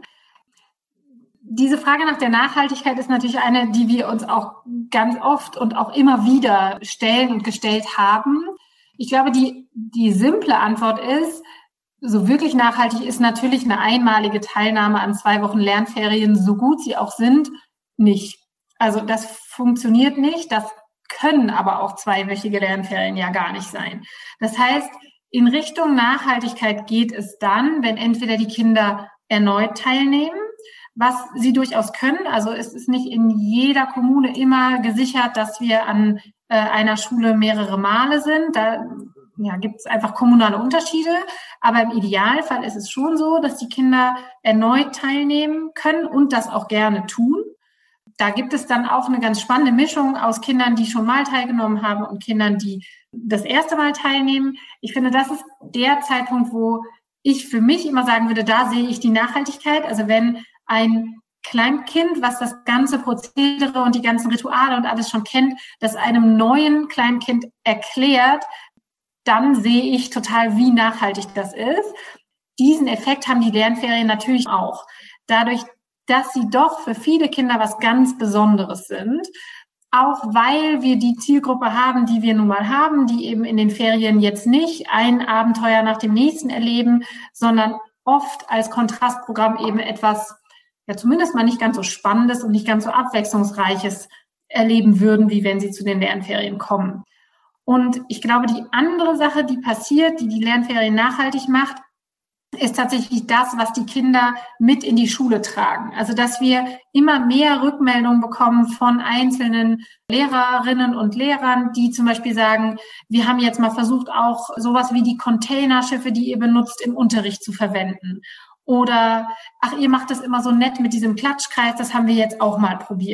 Diese Frage nach der Nachhaltigkeit ist natürlich eine, die wir uns auch ganz oft und auch immer wieder stellen und gestellt haben. Ich glaube, die, die simple Antwort ist, so wirklich nachhaltig ist natürlich eine einmalige Teilnahme an zwei Wochen Lernferien, so gut sie auch sind, nicht. Also das funktioniert nicht, das können aber auch zweiwöchige Lernferien ja gar nicht sein. Das heißt, in Richtung Nachhaltigkeit geht es dann, wenn entweder die Kinder erneut teilnehmen, was sie durchaus können. Also es ist nicht in jeder Kommune immer gesichert, dass wir an äh, einer Schule mehrere Male sind. Da ja, gibt es einfach kommunale Unterschiede. Aber im Idealfall ist es schon so, dass die Kinder erneut teilnehmen können und das auch gerne tun. Da gibt es dann auch eine ganz spannende Mischung aus Kindern, die schon mal teilgenommen haben und Kindern, die das erste Mal teilnehmen. Ich finde, das ist der Zeitpunkt, wo ich für mich immer sagen würde, da sehe ich die Nachhaltigkeit. Also wenn ein Kleinkind, was das ganze Prozedere und die ganzen Rituale und alles schon kennt, das einem neuen Kleinkind erklärt, dann sehe ich total, wie nachhaltig das ist. Diesen Effekt haben die Lernferien natürlich auch. Dadurch, dass sie doch für viele Kinder was ganz Besonderes sind, auch weil wir die Zielgruppe haben, die wir nun mal haben, die eben in den Ferien jetzt nicht ein Abenteuer nach dem nächsten erleben, sondern oft als Kontrastprogramm eben etwas, ja zumindest mal nicht ganz so Spannendes und nicht ganz so Abwechslungsreiches erleben würden, wie wenn sie zu den Lernferien kommen. Und ich glaube, die andere Sache, die passiert, die die Lernferien nachhaltig macht, ist tatsächlich das, was die Kinder mit in die Schule tragen. Also, dass wir immer mehr Rückmeldungen bekommen von einzelnen Lehrerinnen und Lehrern, die zum Beispiel sagen, wir haben jetzt mal versucht, auch sowas wie die Containerschiffe, die ihr benutzt, im Unterricht zu verwenden. Oder, ach, ihr macht das immer so nett mit diesem Klatschkreis, das haben wir jetzt auch mal probiert.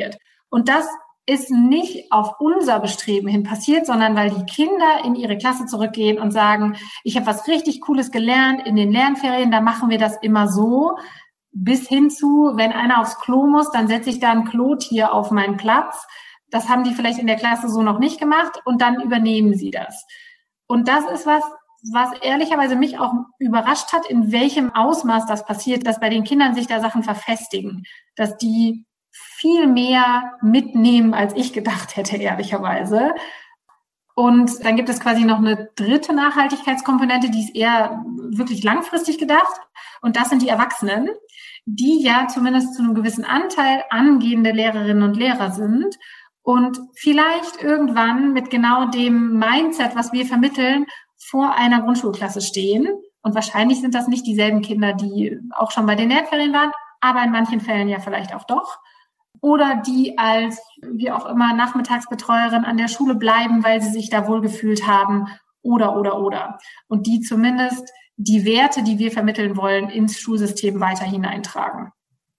Und das ist nicht auf unser Bestreben hin passiert, sondern weil die Kinder in ihre Klasse zurückgehen und sagen, ich habe was richtig Cooles gelernt in den Lernferien, da machen wir das immer so, bis hin zu, wenn einer aufs Klo muss, dann setze ich da ein Klotier auf meinen Platz. Das haben die vielleicht in der Klasse so noch nicht gemacht und dann übernehmen sie das. Und das ist was, was ehrlicherweise mich auch überrascht hat, in welchem Ausmaß das passiert, dass bei den Kindern sich da Sachen verfestigen, dass die viel mehr mitnehmen, als ich gedacht hätte, ehrlicherweise. Und dann gibt es quasi noch eine dritte Nachhaltigkeitskomponente, die ist eher wirklich langfristig gedacht. Und das sind die Erwachsenen, die ja zumindest zu einem gewissen Anteil angehende Lehrerinnen und Lehrer sind und vielleicht irgendwann mit genau dem Mindset, was wir vermitteln, vor einer Grundschulklasse stehen. Und wahrscheinlich sind das nicht dieselben Kinder, die auch schon bei den Lernferien waren, aber in manchen Fällen ja vielleicht auch doch. Oder die als, wie auch immer, Nachmittagsbetreuerin an der Schule bleiben, weil sie sich da wohlgefühlt haben. Oder, oder, oder. Und die zumindest die Werte, die wir vermitteln wollen, ins Schulsystem weiter hineintragen.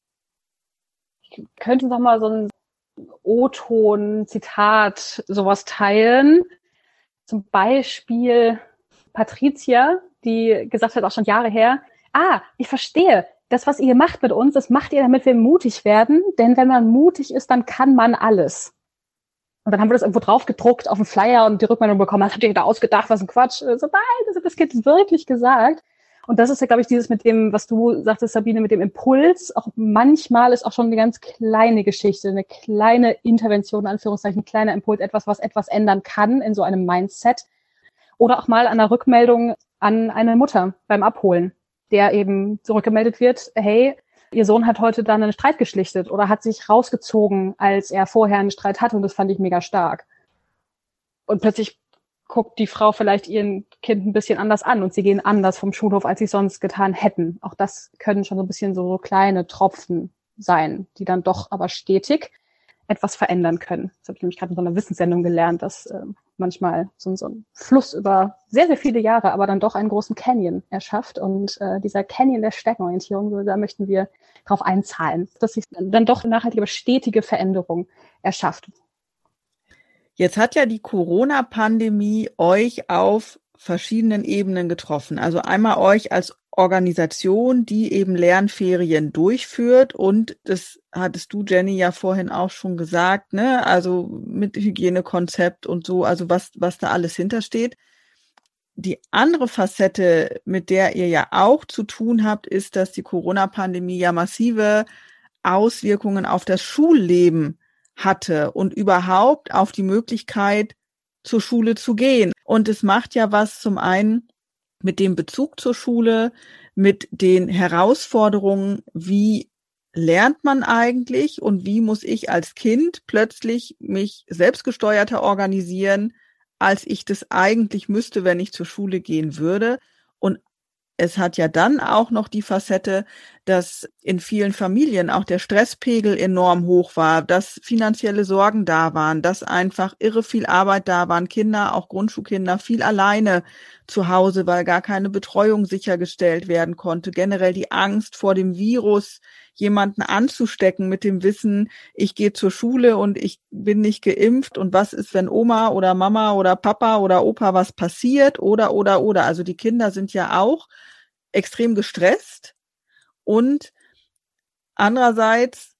Ich könnte noch mal so ein O-Ton, Zitat, sowas teilen. Zum Beispiel Patricia, die gesagt hat, auch schon Jahre her, ah, ich verstehe, das, was ihr macht mit uns, das macht ihr, damit wir mutig werden, denn wenn man mutig ist, dann kann man alles. Und dann haben wir das irgendwo drauf gedruckt auf dem Flyer und die Rückmeldung bekommen, was habt ihr da ausgedacht, was ein Quatsch. So, nein, das hat das Kind wirklich gesagt. Und das ist ja, glaube ich, dieses mit dem, was du sagtest, Sabine, mit dem Impuls. Auch manchmal ist auch schon eine ganz kleine Geschichte, eine kleine Intervention, in Anführungszeichen, ein kleiner Impuls, etwas, was etwas ändern kann in so einem Mindset. Oder auch mal an einer Rückmeldung an eine Mutter beim Abholen, der eben zurückgemeldet wird, hey, ihr Sohn hat heute dann einen Streit geschlichtet oder hat sich rausgezogen, als er vorher einen Streit hatte und das fand ich mega stark. Und plötzlich guckt die Frau vielleicht ihren Kind ein bisschen anders an und sie gehen anders vom Schulhof, als sie es sonst getan hätten. Auch das können schon so ein bisschen so kleine Tropfen sein, die dann doch aber stetig etwas verändern können. Das habe ich nämlich gerade in so einer Wissenssendung gelernt, dass äh, manchmal so, so ein Fluss über sehr, sehr viele Jahre, aber dann doch einen großen Canyon erschafft. Und äh, dieser Canyon der Stärkenorientierung, da möchten wir drauf einzahlen, dass sich dann doch eine nachhaltige, aber stetige Veränderung erschafft. Jetzt hat ja die Corona-Pandemie euch auf verschiedenen Ebenen getroffen. Also einmal euch als Organisation, die eben Lernferien durchführt, und das hattest du, Jenny, ja vorhin auch schon gesagt, ne? Also mit Hygienekonzept und so, also was was da alles hintersteht. Die andere Facette, mit der ihr ja auch zu tun habt, ist, dass die Corona-Pandemie ja massive Auswirkungen auf das Schulleben hatte und überhaupt auf die Möglichkeit, zur Schule zu gehen. Und es macht ja was zum einen mit dem Bezug zur Schule, mit den Herausforderungen, wie lernt man eigentlich und wie muss ich als Kind plötzlich mich selbstgesteuerter organisieren, als ich das eigentlich müsste, wenn ich zur Schule gehen würde. Und es hat ja dann auch noch die Facette, dass in vielen Familien auch der Stresspegel enorm hoch war, dass finanzielle Sorgen da waren, dass einfach irre viel Arbeit da waren, Kinder, auch Grundschulkinder, viel alleine zu Hause, weil gar keine Betreuung sichergestellt werden konnte. Generell die Angst vor dem Virus, jemanden anzustecken mit dem Wissen, ich gehe zur Schule und ich bin nicht geimpft und was ist, wenn Oma oder Mama oder Papa oder Opa was passiert oder, oder, oder. Also die Kinder sind ja auch extrem gestresst und andererseits,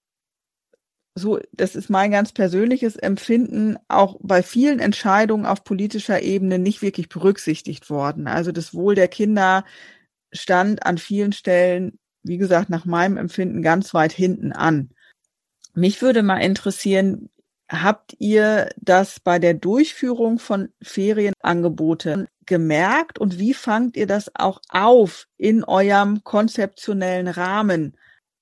so, das ist mein ganz persönliches Empfinden, auch bei vielen Entscheidungen auf politischer Ebene nicht wirklich berücksichtigt worden. Also das Wohl der Kinder stand an vielen Stellen, wie gesagt, nach meinem Empfinden ganz weit hinten an. Mich würde mal interessieren, habt ihr das bei der Durchführung von Ferienangeboten gemerkt und wie fangt ihr das auch auf in eurem konzeptionellen Rahmen?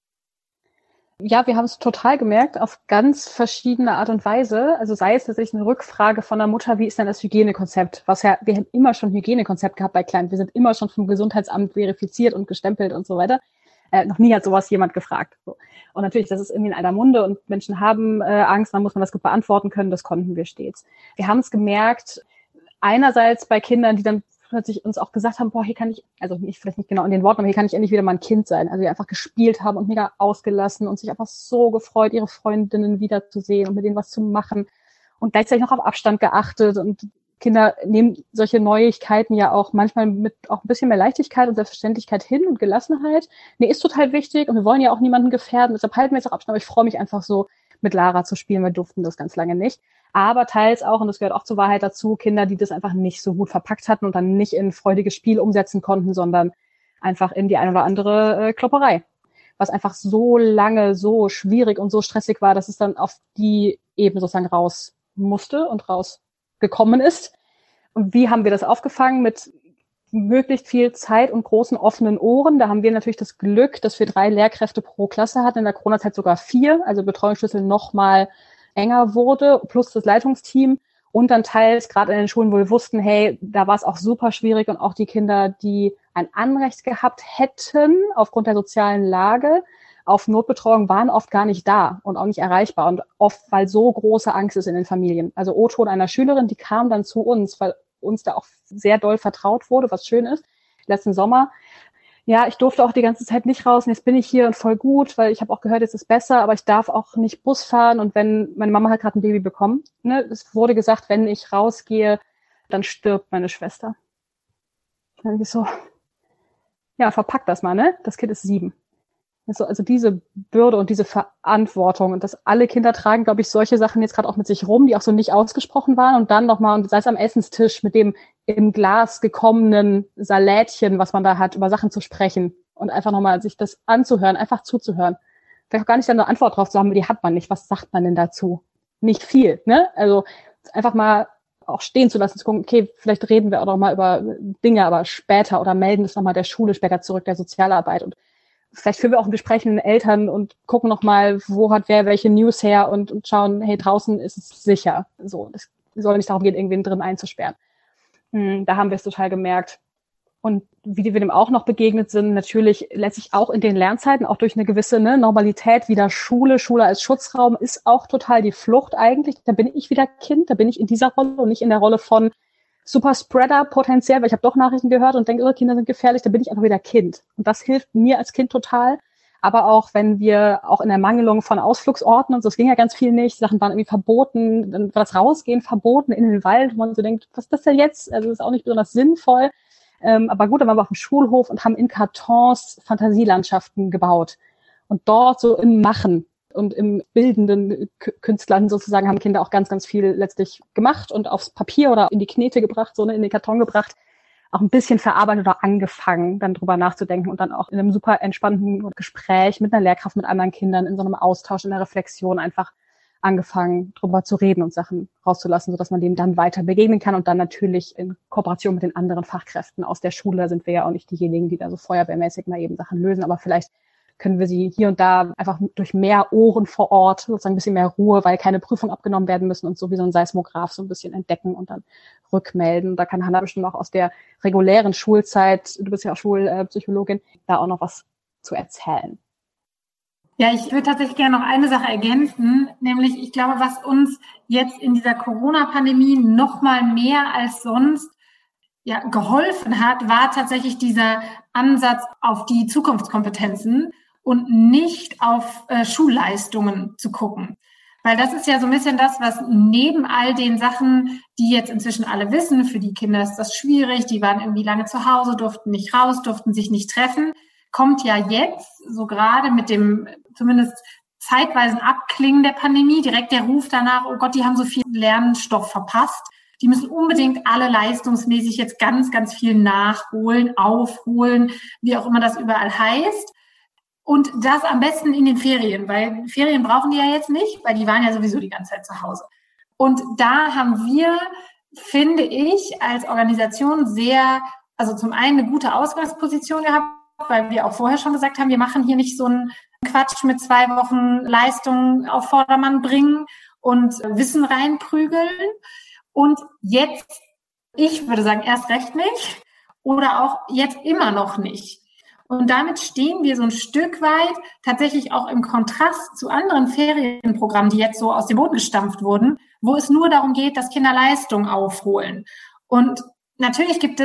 Ja, wir haben es total gemerkt, auf ganz verschiedene Art und Weise. Also sei es tatsächlich eine Rückfrage von der Mutter, wie ist denn das Hygienekonzept? Was ja, wir haben immer schon ein Hygienekonzept gehabt bei Kleinen. Wir sind immer schon vom Gesundheitsamt verifiziert und gestempelt und so weiter. Äh, noch nie hat sowas jemand gefragt. So. Und natürlich, das ist irgendwie in aller Munde und Menschen haben äh, Angst, dann muss man das gut beantworten können. Das konnten wir stets. Wir haben es gemerkt, einerseits bei Kindern, die dann plötzlich uns auch gesagt haben, boah, hier kann ich, also nicht vielleicht nicht genau in den Worten, aber hier kann ich endlich wieder mal ein Kind sein. Also die einfach gespielt haben und mega ausgelassen und sich einfach so gefreut, ihre Freundinnen wiederzusehen und mit denen was zu machen und gleichzeitig noch auf Abstand geachtet. Und Kinder nehmen solche Neuigkeiten ja auch manchmal mit auch ein bisschen mehr Leichtigkeit und Selbstverständlichkeit hin und Gelassenheit. Nee, ist total wichtig und wir wollen ja auch niemanden gefährden, deshalb halten wir jetzt auch Abstand, aber ich freue mich einfach so, mit Lara zu spielen, wir durften das ganz lange nicht. Aber teils auch, und das gehört auch zur Wahrheit dazu, Kinder, die das einfach nicht so gut verpackt hatten und dann nicht in ein freudiges Spiel umsetzen konnten, sondern einfach in die eine oder andere äh, Klopperei. Was einfach so lange, so schwierig und so stressig war, dass es dann auf die Ebene sozusagen raus musste und rausgekommen ist. Und wie haben wir das aufgefangen? Mit möglichst viel Zeit und großen offenen Ohren. Da haben wir natürlich das Glück, dass wir drei Lehrkräfte pro Klasse hatten, in der Corona-Zeit sogar vier, also Betreuungsschlüssel noch mal enger wurde, plus das Leitungsteam. Und dann teils, gerade in den Schulen, wo wir wussten, hey, da war es auch super schwierig und auch die Kinder, die ein Anrecht gehabt hätten, aufgrund der sozialen Lage, auf Notbetreuung, waren oft gar nicht da und auch nicht erreichbar und oft, weil so große Angst ist in den Familien. Also O-Ton einer Schülerin, die kam dann zu uns, weil uns da auch sehr doll vertraut wurde, was schön ist, letzten Sommer. Ja, ich durfte auch die ganze Zeit nicht raus und jetzt bin ich hier und voll gut, weil ich habe auch gehört, jetzt ist besser, aber ich darf auch nicht Bus fahren und wenn, meine Mama hat gerade ein Baby bekommen, ne, es wurde gesagt, wenn ich rausgehe, dann stirbt meine Schwester. Dann bin ich so, ja, verpack das mal, ne, das Kind ist sieben. Also, also diese Bürde und diese Verantwortung und dass alle Kinder tragen, glaube ich, solche Sachen jetzt gerade auch mit sich rum, die auch so nicht ausgesprochen waren und dann nochmal, und sei es am Essenstisch mit dem im Glas gekommenen Salätchen, was man da hat, über Sachen zu sprechen und einfach nochmal sich das anzuhören, einfach zuzuhören. Vielleicht auch gar nicht dann eine Antwort drauf zu haben, die hat man nicht. Was sagt man denn dazu? Nicht viel, ne? Also einfach mal auch stehen zu lassen, zu gucken, okay, vielleicht reden wir auch noch mal über Dinge, aber später oder melden es nochmal der Schule später zurück, der Sozialarbeit und vielleicht führen wir auch ein Gespräch mit den Eltern und gucken nochmal, wo hat wer welche News her und, und schauen, hey, draußen ist es sicher. So, es soll nicht darum gehen, irgendwen drin einzusperren. Hm, da haben wir es total gemerkt. Und wie wir dem auch noch begegnet sind, natürlich letztlich auch in den Lernzeiten, auch durch eine gewisse ne, Normalität, wieder Schule, Schule als Schutzraum, ist auch total die Flucht eigentlich. Da bin ich wieder Kind, da bin ich in dieser Rolle und nicht in der Rolle von Superspreader potenziell, weil ich habe doch Nachrichten gehört und denke, oh, Kinder sind gefährlich, da bin ich einfach wieder Kind. Und das hilft mir als Kind total. Aber auch wenn wir auch in der Mangelung von Ausflugsorten und so, es ging ja ganz viel nicht, Sachen waren irgendwie verboten, dann war das Rausgehen verboten in den Wald, wo man so denkt, was ist das denn jetzt? Also das ist auch nicht besonders sinnvoll. Ähm, aber gut, dann waren wir auf dem Schulhof und haben in Kartons Fantasielandschaften gebaut. Und dort so im Machen und im bildenden K- Künstlern sozusagen haben Kinder auch ganz, ganz viel letztlich gemacht und aufs Papier oder in die Knete gebracht, so ne, in den Karton gebracht, auch ein bisschen verarbeitet oder angefangen, dann drüber nachzudenken und dann auch in einem super entspannten Gespräch mit einer Lehrkraft, mit anderen Kindern, in so einem Austausch, in der Reflexion einfach angefangen, drüber zu reden und Sachen rauszulassen, sodass man dem dann weiter begegnen kann und dann natürlich in Kooperation mit den anderen Fachkräften aus der Schule sind wir ja auch nicht diejenigen, die da so feuerwehrmäßig mal eben Sachen lösen, aber vielleicht können wir sie hier und da einfach durch mehr Ohren vor Ort, sozusagen ein bisschen mehr Ruhe, weil keine Prüfung abgenommen werden müssen und so wie so ein Seismograph so ein bisschen entdecken und dann rückmelden. Da kann Hannah bestimmt auch aus der regulären Schulzeit, du bist ja auch Schulpsychologin, da auch noch was zu erzählen. Ja, ich würde tatsächlich gerne noch eine Sache ergänzen, nämlich ich glaube, was uns jetzt in dieser Corona-Pandemie noch mal mehr als sonst ja, geholfen hat, war tatsächlich dieser Ansatz auf die Zukunftskompetenzen und nicht auf äh, Schulleistungen zu gucken. Weil das ist ja so ein bisschen das, was neben all den Sachen, die jetzt inzwischen alle wissen, für die Kinder ist das schwierig, die waren irgendwie lange zu Hause, durften nicht raus, durften sich nicht treffen, kommt ja jetzt, so gerade mit dem zumindest zeitweisen Abklingen der Pandemie, direkt der Ruf danach, oh Gott, die haben so viel Lernstoff verpasst. Die müssen unbedingt alle leistungsmäßig jetzt ganz, ganz viel nachholen, aufholen, wie auch immer das überall heißt. Und das am besten in den Ferien, weil Ferien brauchen die ja jetzt nicht, weil die waren ja sowieso die ganze Zeit zu Hause. Und da haben wir, finde ich, als Organisation sehr, also zum einen eine gute Ausgangsposition gehabt, weil wir auch vorher schon gesagt haben, wir machen hier nicht so einen Quatsch mit zwei Wochen Leistung auf Vordermann bringen und Wissen reinprügeln. Und jetzt, ich würde sagen, erst recht nicht oder auch jetzt immer noch nicht. Und damit stehen wir so ein Stück weit tatsächlich auch im Kontrast zu anderen Ferienprogrammen, die jetzt so aus dem Boden gestampft wurden, wo es nur darum geht, dass Kinder Leistung aufholen. Und natürlich gibt es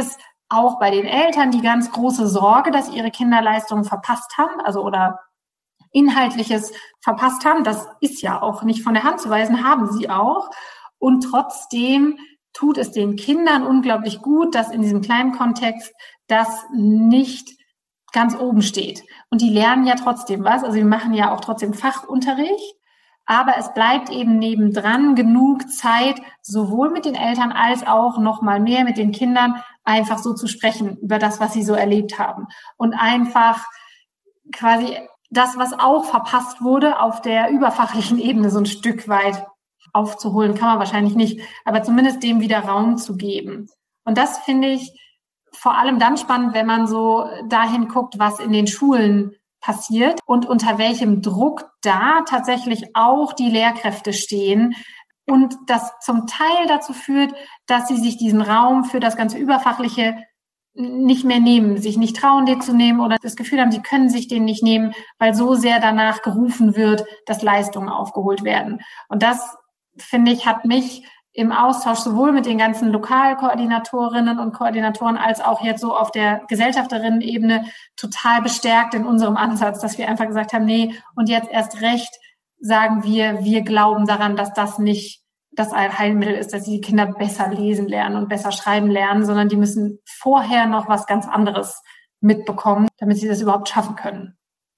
auch bei den Eltern die ganz große Sorge, dass ihre Kinder Leistungen verpasst haben, also oder Inhaltliches verpasst haben. Das ist ja auch nicht von der Hand zu weisen, haben sie auch. Und trotzdem tut es den Kindern unglaublich gut, dass in diesem kleinen Kontext das nicht ganz oben steht. Und die lernen ja trotzdem was. Also wir machen ja auch trotzdem Fachunterricht. Aber es bleibt eben nebendran genug Zeit, sowohl mit den Eltern als auch noch mal mehr mit den Kindern einfach so zu sprechen über das, was sie so erlebt haben. Und einfach quasi das, was auch verpasst wurde, auf der überfachlichen Ebene so ein Stück weit aufzuholen, kann man wahrscheinlich nicht, aber zumindest dem wieder Raum zu geben. Und das finde ich vor allem dann spannend, wenn man so dahin guckt, was in den Schulen passiert und unter welchem Druck da tatsächlich auch die Lehrkräfte stehen und das zum Teil dazu führt, dass sie sich diesen Raum für das ganze Überfachliche nicht mehr nehmen, sich nicht trauen, den zu nehmen oder das Gefühl haben, sie können sich den nicht nehmen, weil so sehr danach gerufen wird, dass Leistungen aufgeholt werden. Und das, finde ich, hat mich im Austausch sowohl mit den ganzen Lokalkoordinatorinnen und Koordinatoren als auch jetzt so auf der Gesellschafterinnen-Ebene total bestärkt in unserem Ansatz, dass wir einfach gesagt haben, nee, und jetzt erst recht sagen wir, wir glauben daran, dass das nicht das Heilmittel ist, dass die Kinder besser lesen lernen und besser schreiben lernen, sondern die müssen vorher noch was ganz anderes mitbekommen, damit sie das überhaupt schaffen können.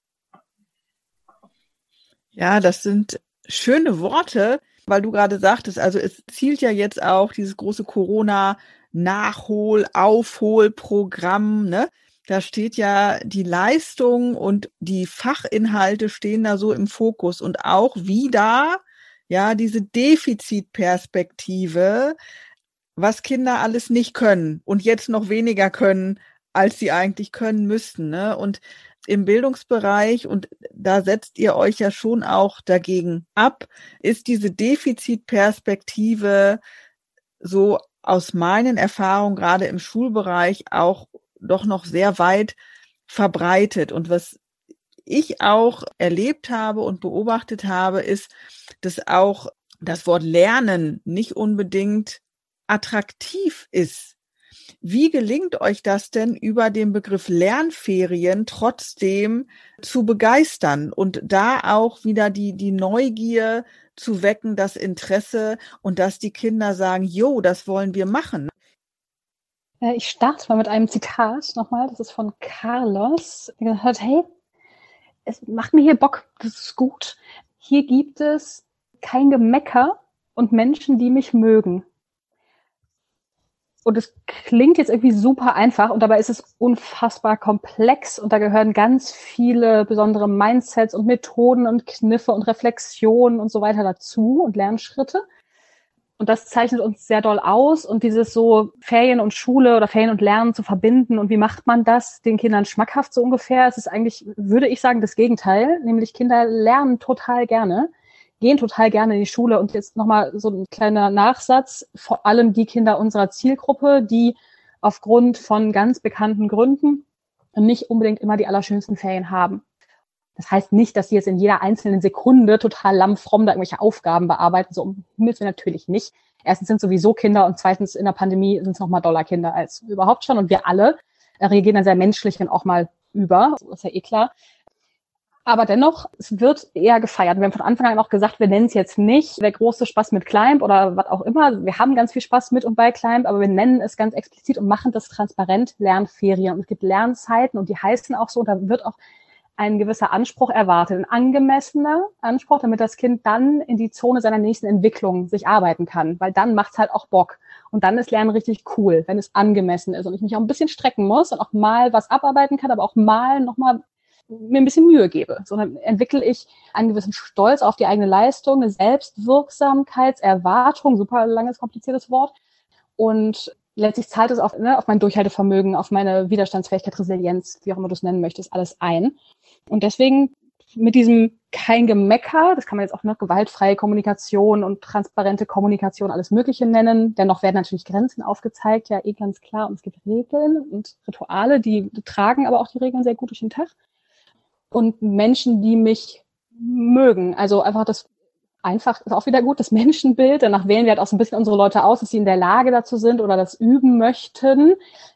Ja, das sind schöne Worte, weil du gerade sagtest, also es zielt ja jetzt auch dieses große Corona-Nachhol-, Aufholprogramm, ne? Da steht ja die Leistung und die Fachinhalte stehen da so im Fokus und auch wieder, ja, diese Defizitperspektive, was Kinder alles nicht können und jetzt noch weniger können, als sie eigentlich können müssten, ne? Und im Bildungsbereich, und da setzt ihr euch ja schon auch dagegen ab, ist diese Defizitperspektive so aus meinen Erfahrungen gerade im Schulbereich auch doch noch sehr weit verbreitet. Und was ich auch erlebt habe und beobachtet habe, ist, dass auch das Wort Lernen nicht unbedingt attraktiv ist. Wie gelingt euch das denn, über den Begriff Lernferien trotzdem zu begeistern und da auch wieder die, die Neugier zu wecken, das Interesse und dass die Kinder sagen, jo, das wollen wir machen? Ich starte mal mit einem Zitat nochmal, das ist von Carlos, der gesagt hat, hey, es macht mir hier Bock, das ist gut. Hier gibt es kein Gemecker und Menschen, die mich mögen. Und es klingt jetzt irgendwie super einfach und dabei ist es unfassbar komplex und da gehören ganz viele besondere Mindsets und Methoden und Kniffe und Reflexionen und so weiter dazu und Lernschritte. Und das zeichnet uns sehr doll aus und dieses so Ferien und Schule oder Ferien und Lernen zu verbinden und wie macht man das den Kindern schmackhaft so ungefähr? Es ist eigentlich, würde ich sagen, das Gegenteil, nämlich Kinder lernen total gerne, gehen total gerne in die Schule. Und jetzt nochmal so ein kleiner Nachsatz, vor allem die Kinder unserer Zielgruppe, die aufgrund von ganz bekannten Gründen nicht unbedingt immer die allerschönsten Ferien haben. Das heißt nicht, dass sie jetzt in jeder einzelnen Sekunde total lammfromm da irgendwelche Aufgaben bearbeiten, so um Himmels Willen natürlich nicht. Erstens sind sowieso Kinder und zweitens in der Pandemie sind es nochmal Dollarkinder als überhaupt schon. Und wir alle reagieren dann sehr menschlich und auch mal über, das ist ja eh klar. Aber dennoch, es wird eher gefeiert. Wir haben von Anfang an auch gesagt, wir nennen es jetzt nicht der große Spaß mit Climb oder was auch immer. Wir haben ganz viel Spaß mit und bei Climb, aber wir nennen es ganz explizit und machen das transparent Lernferien. Und es gibt Lernzeiten und die heißen auch so, und da wird auch ein gewisser Anspruch erwartet, ein angemessener Anspruch, damit das Kind dann in die Zone seiner nächsten Entwicklung sich arbeiten kann, weil dann macht's halt auch Bock. Und dann ist Lernen richtig cool, wenn es angemessen ist und ich mich auch ein bisschen strecken muss und auch mal was abarbeiten kann, aber auch mal nochmal mir ein bisschen Mühe gebe. So dann entwickle ich einen gewissen Stolz auf die eigene Leistung, eine Selbstwirksamkeitserwartung, super langes, kompliziertes Wort. Und letztlich zahlt es auf, ne, auf mein Durchhaltevermögen, auf meine Widerstandsfähigkeit, Resilienz, wie auch immer du es nennen möchtest, alles ein. Und deswegen mit diesem kein Gemecker, das kann man jetzt auch noch gewaltfreie Kommunikation und transparente Kommunikation, alles Mögliche nennen. Dennoch werden natürlich Grenzen aufgezeigt, ja eh ganz klar. Und es gibt Regeln und Rituale, die tragen aber auch die Regeln sehr gut durch den Tag. Und Menschen, die mich mögen. Also einfach das, einfach ist auch wieder gut, das Menschenbild. Danach wählen wir halt auch so ein bisschen unsere Leute aus, dass sie in der Lage dazu sind oder das üben möchten.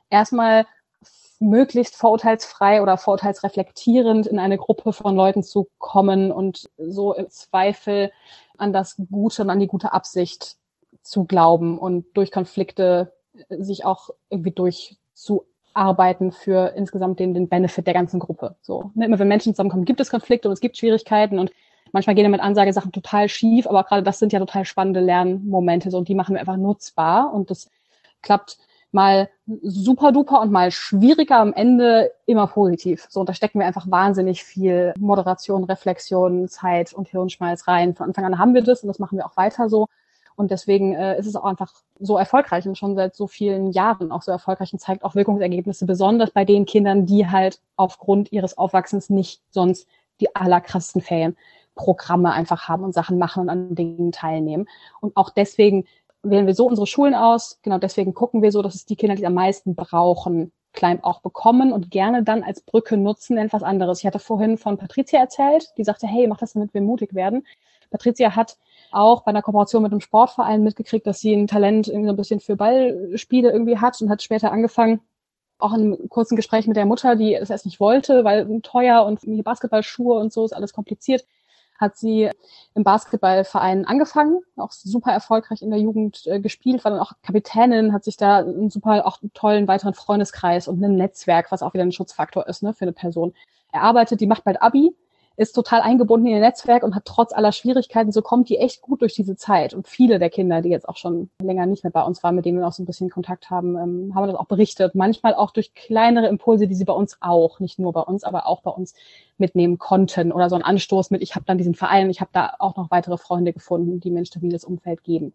erstmal möglichst vorurteilsfrei oder vorurteilsreflektierend in eine Gruppe von Leuten zu kommen und so im Zweifel an das Gute und an die gute Absicht zu glauben und durch Konflikte sich auch irgendwie durchzuarbeiten für insgesamt den, den Benefit der ganzen Gruppe. So, ne? Immer wenn Menschen zusammenkommen, gibt es Konflikte und es gibt Schwierigkeiten und manchmal gehen ja mit Ansagesachen total schief, aber gerade das sind ja total spannende Lernmomente so, und die machen wir einfach nutzbar und das klappt mal super duper und mal schwieriger, am Ende immer positiv. So, und da stecken wir einfach wahnsinnig viel Moderation, Reflexion, Zeit und Hirnschmalz rein. Von Anfang an haben wir das und das machen wir auch weiter so. Und deswegen äh, ist es auch einfach so erfolgreich und schon seit so vielen Jahren auch so erfolgreich und zeigt auch Wirkungsergebnisse, besonders bei den Kindern, die halt aufgrund ihres Aufwachsens nicht sonst die allerkrassesten Ferienprogramme einfach haben und Sachen machen und an Dingen teilnehmen. Und auch deswegen wählen wir so unsere Schulen aus. Genau deswegen gucken wir so, dass es die Kinder, die am meisten brauchen, Climb auch bekommen und gerne dann als Brücke nutzen in etwas anderes. Ich hatte vorhin von Patricia erzählt, die sagte, hey, mach das, damit wir mutig werden. Patricia hat auch bei einer Kooperation mit einem Sportverein mitgekriegt, dass sie ein Talent irgendwie so ein bisschen für Ballspiele irgendwie hat und hat später angefangen, auch in einem kurzen Gespräch mit der Mutter, die es erst nicht wollte, weil teuer und Basketballschuhe und so ist alles kompliziert, hat sie im Basketballverein angefangen, auch super erfolgreich in der Jugend äh, gespielt, war dann auch Kapitänin, hat sich da einen super, auch einen tollen weiteren Freundeskreis und ein Netzwerk, was auch wieder ein Schutzfaktor ist, ne, für eine Person, erarbeitet. Die macht bald Abi, ist total eingebunden in ihr Netzwerk und hat trotz aller Schwierigkeiten, so kommt die echt gut durch diese Zeit. Und viele der Kinder, die jetzt auch schon länger nicht mehr bei uns waren, mit denen wir auch so ein bisschen Kontakt haben, ähm, haben das auch berichtet. Manchmal auch durch kleinere Impulse, die sie bei uns auch, nicht nur bei uns, aber auch bei uns mitnehmen konnten. Oder so ein Anstoß mit, ich habe dann diesen Verein, ich habe da auch noch weitere Freunde gefunden, die mir ein stabiles Umfeld geben.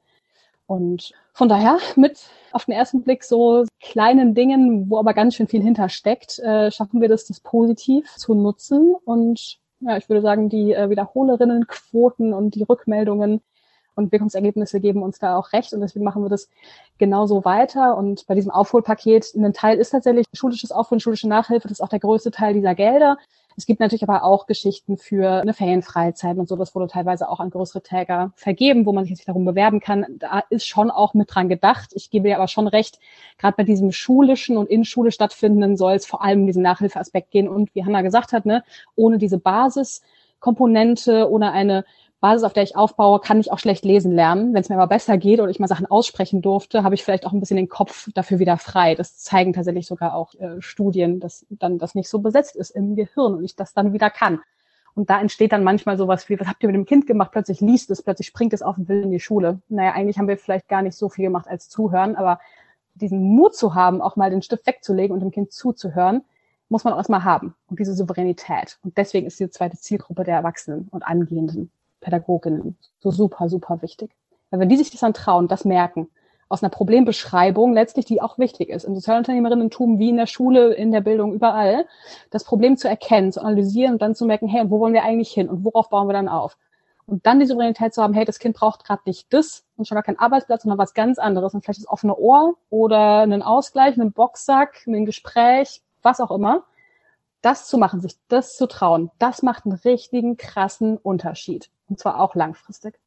Und von daher mit auf den ersten Blick so kleinen Dingen, wo aber ganz schön viel hintersteckt, äh, schaffen wir das, das positiv zu nutzen. Und ja, ich würde sagen, die äh, Wiederholerinnenquoten und die Rückmeldungen und Wirkungsergebnisse geben uns da auch recht. Und deswegen machen wir das genauso weiter. Und bei diesem Aufholpaket, ein Teil ist tatsächlich schulisches Aufholen, schulische Nachhilfe. Das ist auch der größte Teil dieser Gelder. Es gibt natürlich aber auch Geschichten für eine Ferienfreizeit und so. Das wurde teilweise auch an größere Träger vergeben, wo man sich jetzt darum bewerben kann. Da ist schon auch mit dran gedacht. Ich gebe dir aber schon recht, gerade bei diesem schulischen und in Schule stattfindenden soll es vor allem um diesen Nachhilfeaspekt gehen. Und wie Hannah gesagt hat, ne, ohne diese Basiskomponente, ohne eine Basis, auf der ich aufbaue, kann ich auch schlecht lesen lernen. Wenn es mir aber besser geht oder ich mal Sachen aussprechen durfte, habe ich vielleicht auch ein bisschen den Kopf dafür wieder frei. Das zeigen tatsächlich sogar auch äh, Studien, dass dann das nicht so besetzt ist im Gehirn und ich das dann wieder kann. Und da entsteht dann manchmal sowas wie, was habt ihr mit dem Kind gemacht? Plötzlich liest es, plötzlich springt es auf und will in die Schule. Naja, eigentlich haben wir vielleicht gar nicht so viel gemacht als zuhören, aber diesen Mut zu haben, auch mal den Stift wegzulegen und dem Kind zuzuhören, muss man auch erstmal haben. Und diese Souveränität. Und deswegen ist die zweite Zielgruppe der Erwachsenen und Angehenden Pädagoginnen so super, super wichtig. Weil wenn die sich das dann trauen, das merken, aus einer Problembeschreibung letztlich, die auch wichtig ist, im Sozialunternehmerinnentum wie in der Schule, in der Bildung, überall, das Problem zu erkennen, zu analysieren und dann zu merken, hey, wo wollen wir eigentlich hin und worauf bauen wir dann auf? Und dann die Souveränität zu haben, hey, das Kind braucht gerade nicht das und schon gar keinen Arbeitsplatz, sondern was ganz anderes und vielleicht das offene Ohr oder einen Ausgleich, einen Boxsack, ein Gespräch, was auch immer. Das zu machen, sich das zu trauen, das macht einen richtigen, krassen Unterschied. Und zwar auch langfristig.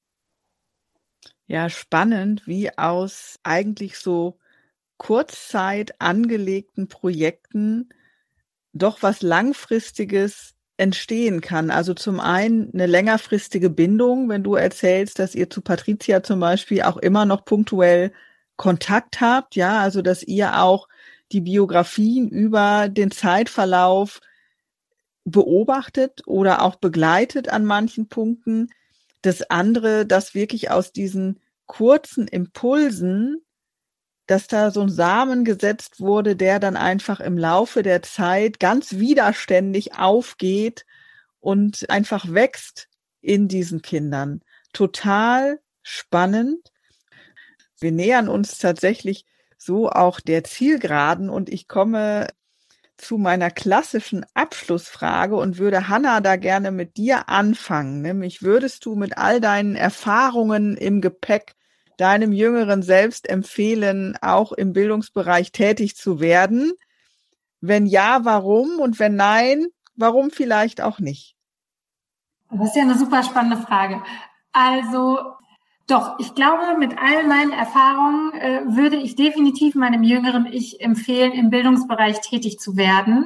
Ja, spannend, wie aus eigentlich so Kurzzeit angelegten Projekten doch was Langfristiges entstehen kann. Also zum einen eine längerfristige Bindung, wenn du erzählst, dass ihr zu Patricia zum Beispiel auch immer noch punktuell Kontakt habt, ja, also dass ihr auch die Biografien über den Zeitverlauf beobachtet oder auch begleitet an manchen Punkten. Das andere, dass wirklich aus diesen kurzen Impulsen, dass da so ein Samen gesetzt wurde, der dann einfach im Laufe der Zeit ganz widerständig aufgeht und einfach wächst in diesen Kindern. Total spannend. Wir nähern uns tatsächlich so auch der Zielgeraden und ich komme zu meiner klassischen Abschlussfrage und würde Hannah da gerne mit dir anfangen. Nämlich würdest du mit all deinen Erfahrungen im Gepäck deinem jüngeren Selbst empfehlen, auch im Bildungsbereich tätig zu werden? Wenn ja, warum? Und wenn nein, warum vielleicht auch nicht? Das ist ja eine super spannende Frage. Also Doch, ich glaube, mit all meinen Erfahrungen äh, würde ich definitiv meinem jüngeren Ich empfehlen, im Bildungsbereich tätig zu werden.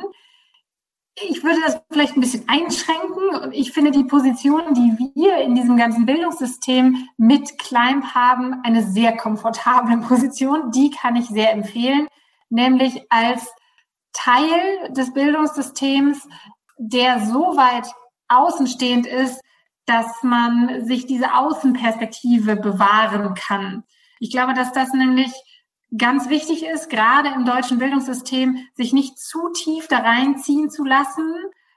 Ich würde das vielleicht ein bisschen einschränken und ich finde die Position, die wir in diesem ganzen Bildungssystem mit Climb haben, eine sehr komfortable Position. Die kann ich sehr empfehlen, nämlich als Teil des Bildungssystems, der so weit außenstehend ist, dass man sich diese Außenperspektive bewahren kann. Ich glaube, dass das nämlich ganz wichtig ist, gerade im deutschen Bildungssystem, sich nicht zu tief da reinziehen zu lassen,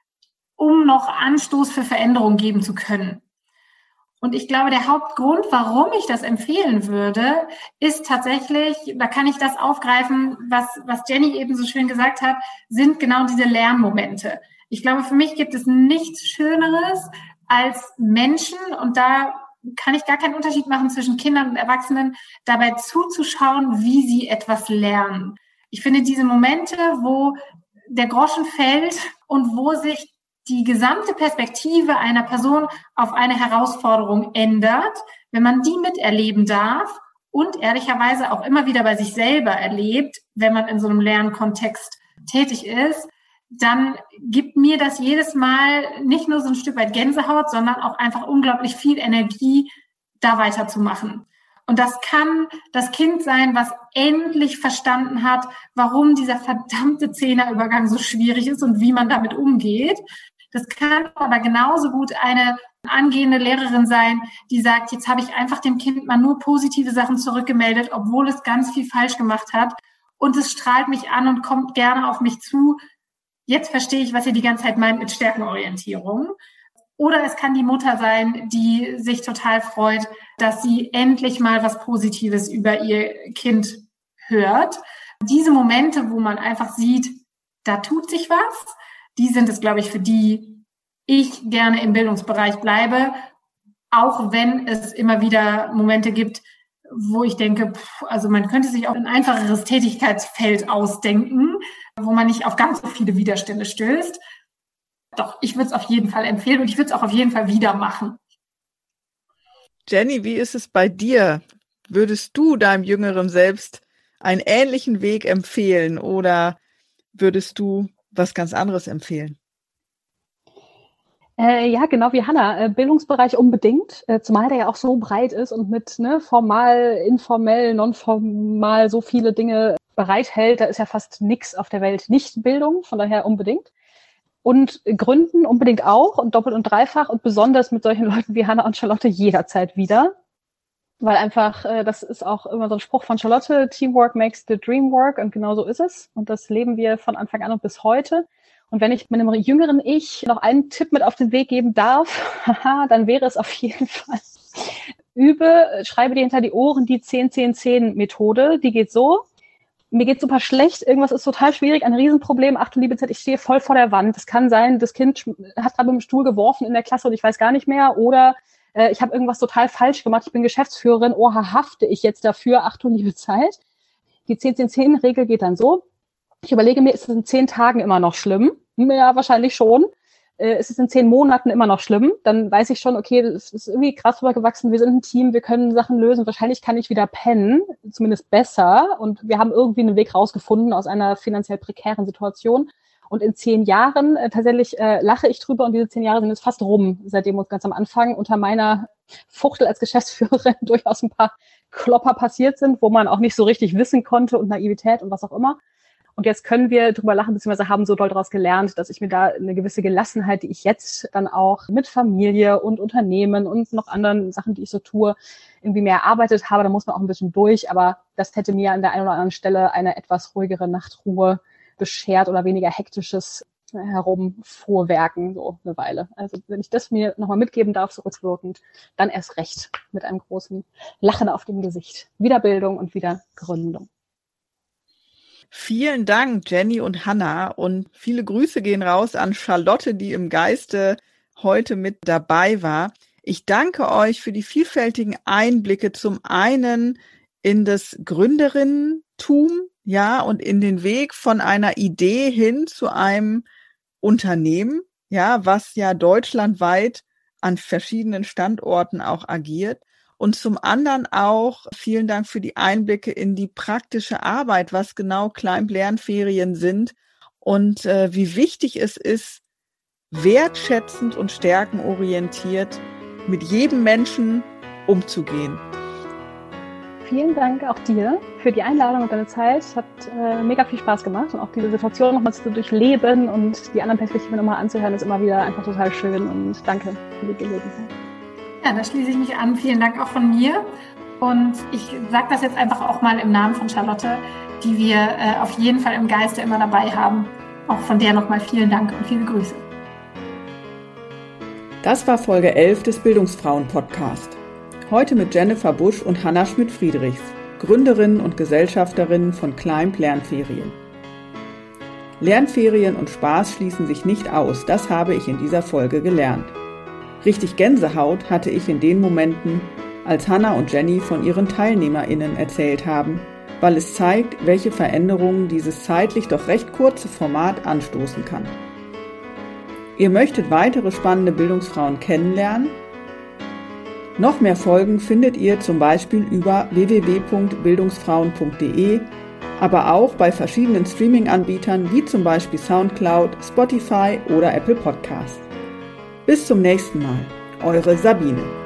um noch Anstoß für Veränderung geben zu können. Und ich glaube, der Hauptgrund, warum ich das empfehlen würde, ist tatsächlich, da kann ich das aufgreifen, was, was Jenny eben so schön gesagt hat, sind genau diese Lernmomente. Ich glaube, für mich gibt es nichts Schöneres als Menschen, und da kann ich gar keinen Unterschied machen zwischen Kindern und Erwachsenen, dabei zuzuschauen, wie sie etwas lernen. Ich finde diese Momente, wo der Groschen fällt und wo sich die gesamte Perspektive einer Person auf eine Herausforderung ändert, wenn man die miterleben darf und ehrlicherweise auch immer wieder bei sich selber erlebt, wenn man in so einem Lernkontext tätig ist, dann gibt mir das jedes Mal nicht nur so ein Stück weit Gänsehaut, sondern auch einfach unglaublich viel Energie, da weiterzumachen. Und das kann das Kind sein, was endlich verstanden hat, warum dieser verdammte Zehnerübergang so schwierig ist und wie man damit umgeht. Das kann aber genauso gut eine angehende Lehrerin sein, die sagt, jetzt habe ich einfach dem Kind mal nur positive Sachen zurückgemeldet, obwohl es ganz viel falsch gemacht hat. Und es strahlt mich an und kommt gerne auf mich zu. Jetzt verstehe ich, was ihr die ganze Zeit meint mit Stärkenorientierung. Oder es kann die Mutter sein, die sich total freut, dass sie endlich mal was Positives über ihr Kind hört. Diese Momente, wo man einfach sieht, da tut sich was, die sind es, glaube ich, für die ich gerne im Bildungsbereich bleibe, auch wenn es immer wieder Momente gibt, wo ich denke, pff, also man könnte sich auch ein einfacheres Tätigkeitsfeld ausdenken, wo man nicht auf ganz so viele Widerstände stößt. Doch, ich würde es auf jeden Fall empfehlen und ich würde es auch auf jeden Fall wieder machen. Jenny, wie ist es bei dir? Würdest du deinem jüngeren Selbst einen ähnlichen Weg empfehlen oder würdest du was ganz anderes empfehlen? Äh, ja, genau wie Hannah. Äh, Bildungsbereich unbedingt, äh, zumal der ja auch so breit ist und mit ne, formal, informell, nonformal so viele Dinge bereithält. Da ist ja fast nichts auf der Welt nicht Bildung, von daher unbedingt. Und Gründen unbedingt auch und doppelt und dreifach und besonders mit solchen Leuten wie Hannah und Charlotte jederzeit wieder. Weil einfach, äh, das ist auch immer so ein Spruch von Charlotte, Teamwork makes the dream work, und genau so ist es. Und das leben wir von Anfang an und bis heute. Und wenn ich meinem jüngeren Ich noch einen Tipp mit auf den Weg geben darf, haha, dann wäre es auf jeden Fall, übe, schreibe dir hinter die Ohren die zehn zehn zehn Methode. Die geht so: Mir geht's super schlecht, irgendwas ist total schwierig, ein Riesenproblem, ach du liebe Zeit, ich stehe voll vor der Wand. Das kann sein, das Kind hat gerade mit dem Stuhl geworfen in der Klasse und ich weiß gar nicht mehr, oder äh, ich habe irgendwas total falsch gemacht, ich bin Geschäftsführerin, oha, hafte ich jetzt dafür, ach du liebe Zeit. Die zehn zehn zehn Regel geht dann so: Ich überlege mir, ist es in zehn Tagen immer noch schlimm? Ja, wahrscheinlich schon. Äh, ist es in zehn Monaten immer noch schlimm? Dann weiß ich schon, okay, das ist irgendwie krass rübergewachsen, wir sind ein Team, wir können Sachen lösen, wahrscheinlich kann ich wieder pennen, zumindest besser, und wir haben irgendwie einen Weg rausgefunden aus einer finanziell prekären Situation. Und in zehn Jahren, äh, tatsächlich äh, lache ich drüber, und diese zehn Jahre sind jetzt fast rum, seitdem uns ganz am Anfang unter meiner Fuchtel als Geschäftsführerin durchaus ein paar Klopper passiert sind, wo man auch nicht so richtig wissen konnte und Naivität und was auch immer. Und jetzt können wir drüber lachen, beziehungsweise haben so doll daraus gelernt, dass ich mir da eine gewisse Gelassenheit, die ich jetzt dann auch mit Familie und Unternehmen und noch anderen Sachen, die ich so tue, irgendwie mehr erarbeitet habe. Da muss man auch ein bisschen durch, aber das hätte mir an der einen oder anderen Stelle eine etwas ruhigere Nachtruhe beschert oder weniger hektisches Herumvorwerken, so eine Weile. Also wenn ich das mir nochmal mitgeben darf, so rückwirkend, dann erst recht mit einem großen Lachen auf dem Gesicht. Wieder Bildung und wieder Gründung. Vielen Dank, Jenny und Hannah, und viele Grüße gehen raus an Charlotte, die im Geiste heute mit dabei war. Ich danke euch für die vielfältigen Einblicke, zum einen in das Gründerinnentum, ja, und in den Weg von einer Idee hin zu einem Unternehmen, ja, was ja deutschlandweit an verschiedenen Standorten auch agiert. Und zum anderen auch vielen Dank für die Einblicke in die praktische Arbeit, was genau Climb-Lernferien sind und äh, wie wichtig es ist, wertschätzend und stärkenorientiert mit jedem Menschen umzugehen. Vielen Dank auch dir für die Einladung und deine Zeit. Es hat äh, mega viel Spaß gemacht und auch diese Situation nochmal zu durchleben und die anderen Perspektiven nochmal anzuhören, ist immer wieder einfach total schön und danke für die Gelegenheit. Ja, da schließe ich mich an. Vielen Dank auch von mir. Und ich sage das jetzt einfach auch mal im Namen von Charlotte, die wir äh, auf jeden Fall im Geiste immer dabei haben. Auch von der nochmal vielen Dank und viele Grüße. Das war Folge elf des Bildungsfrauen-Podcast. Heute mit Jennifer Busch und Hanna Schmidt-Friedrichs, Gründerinnen und Gesellschafterinnen von Climb Lernferien. Lernferien und Spaß schließen sich nicht aus, das habe ich in dieser Folge gelernt. Richtig Gänsehaut hatte ich in den Momenten, als Hanna und Jenny von ihren TeilnehmerInnen erzählt haben, weil es zeigt, welche Veränderungen dieses zeitlich doch recht kurze Format anstoßen kann. Ihr möchtet weitere spannende Bildungsfrauen kennenlernen? Noch mehr Folgen findet ihr zum Beispiel über w w w punkt bildungsfrauen punkt d e, aber auch bei verschiedenen Streaming-Anbietern wie zum Beispiel Soundcloud, Spotify oder Apple Podcasts. Bis zum nächsten Mal, eure Sabine.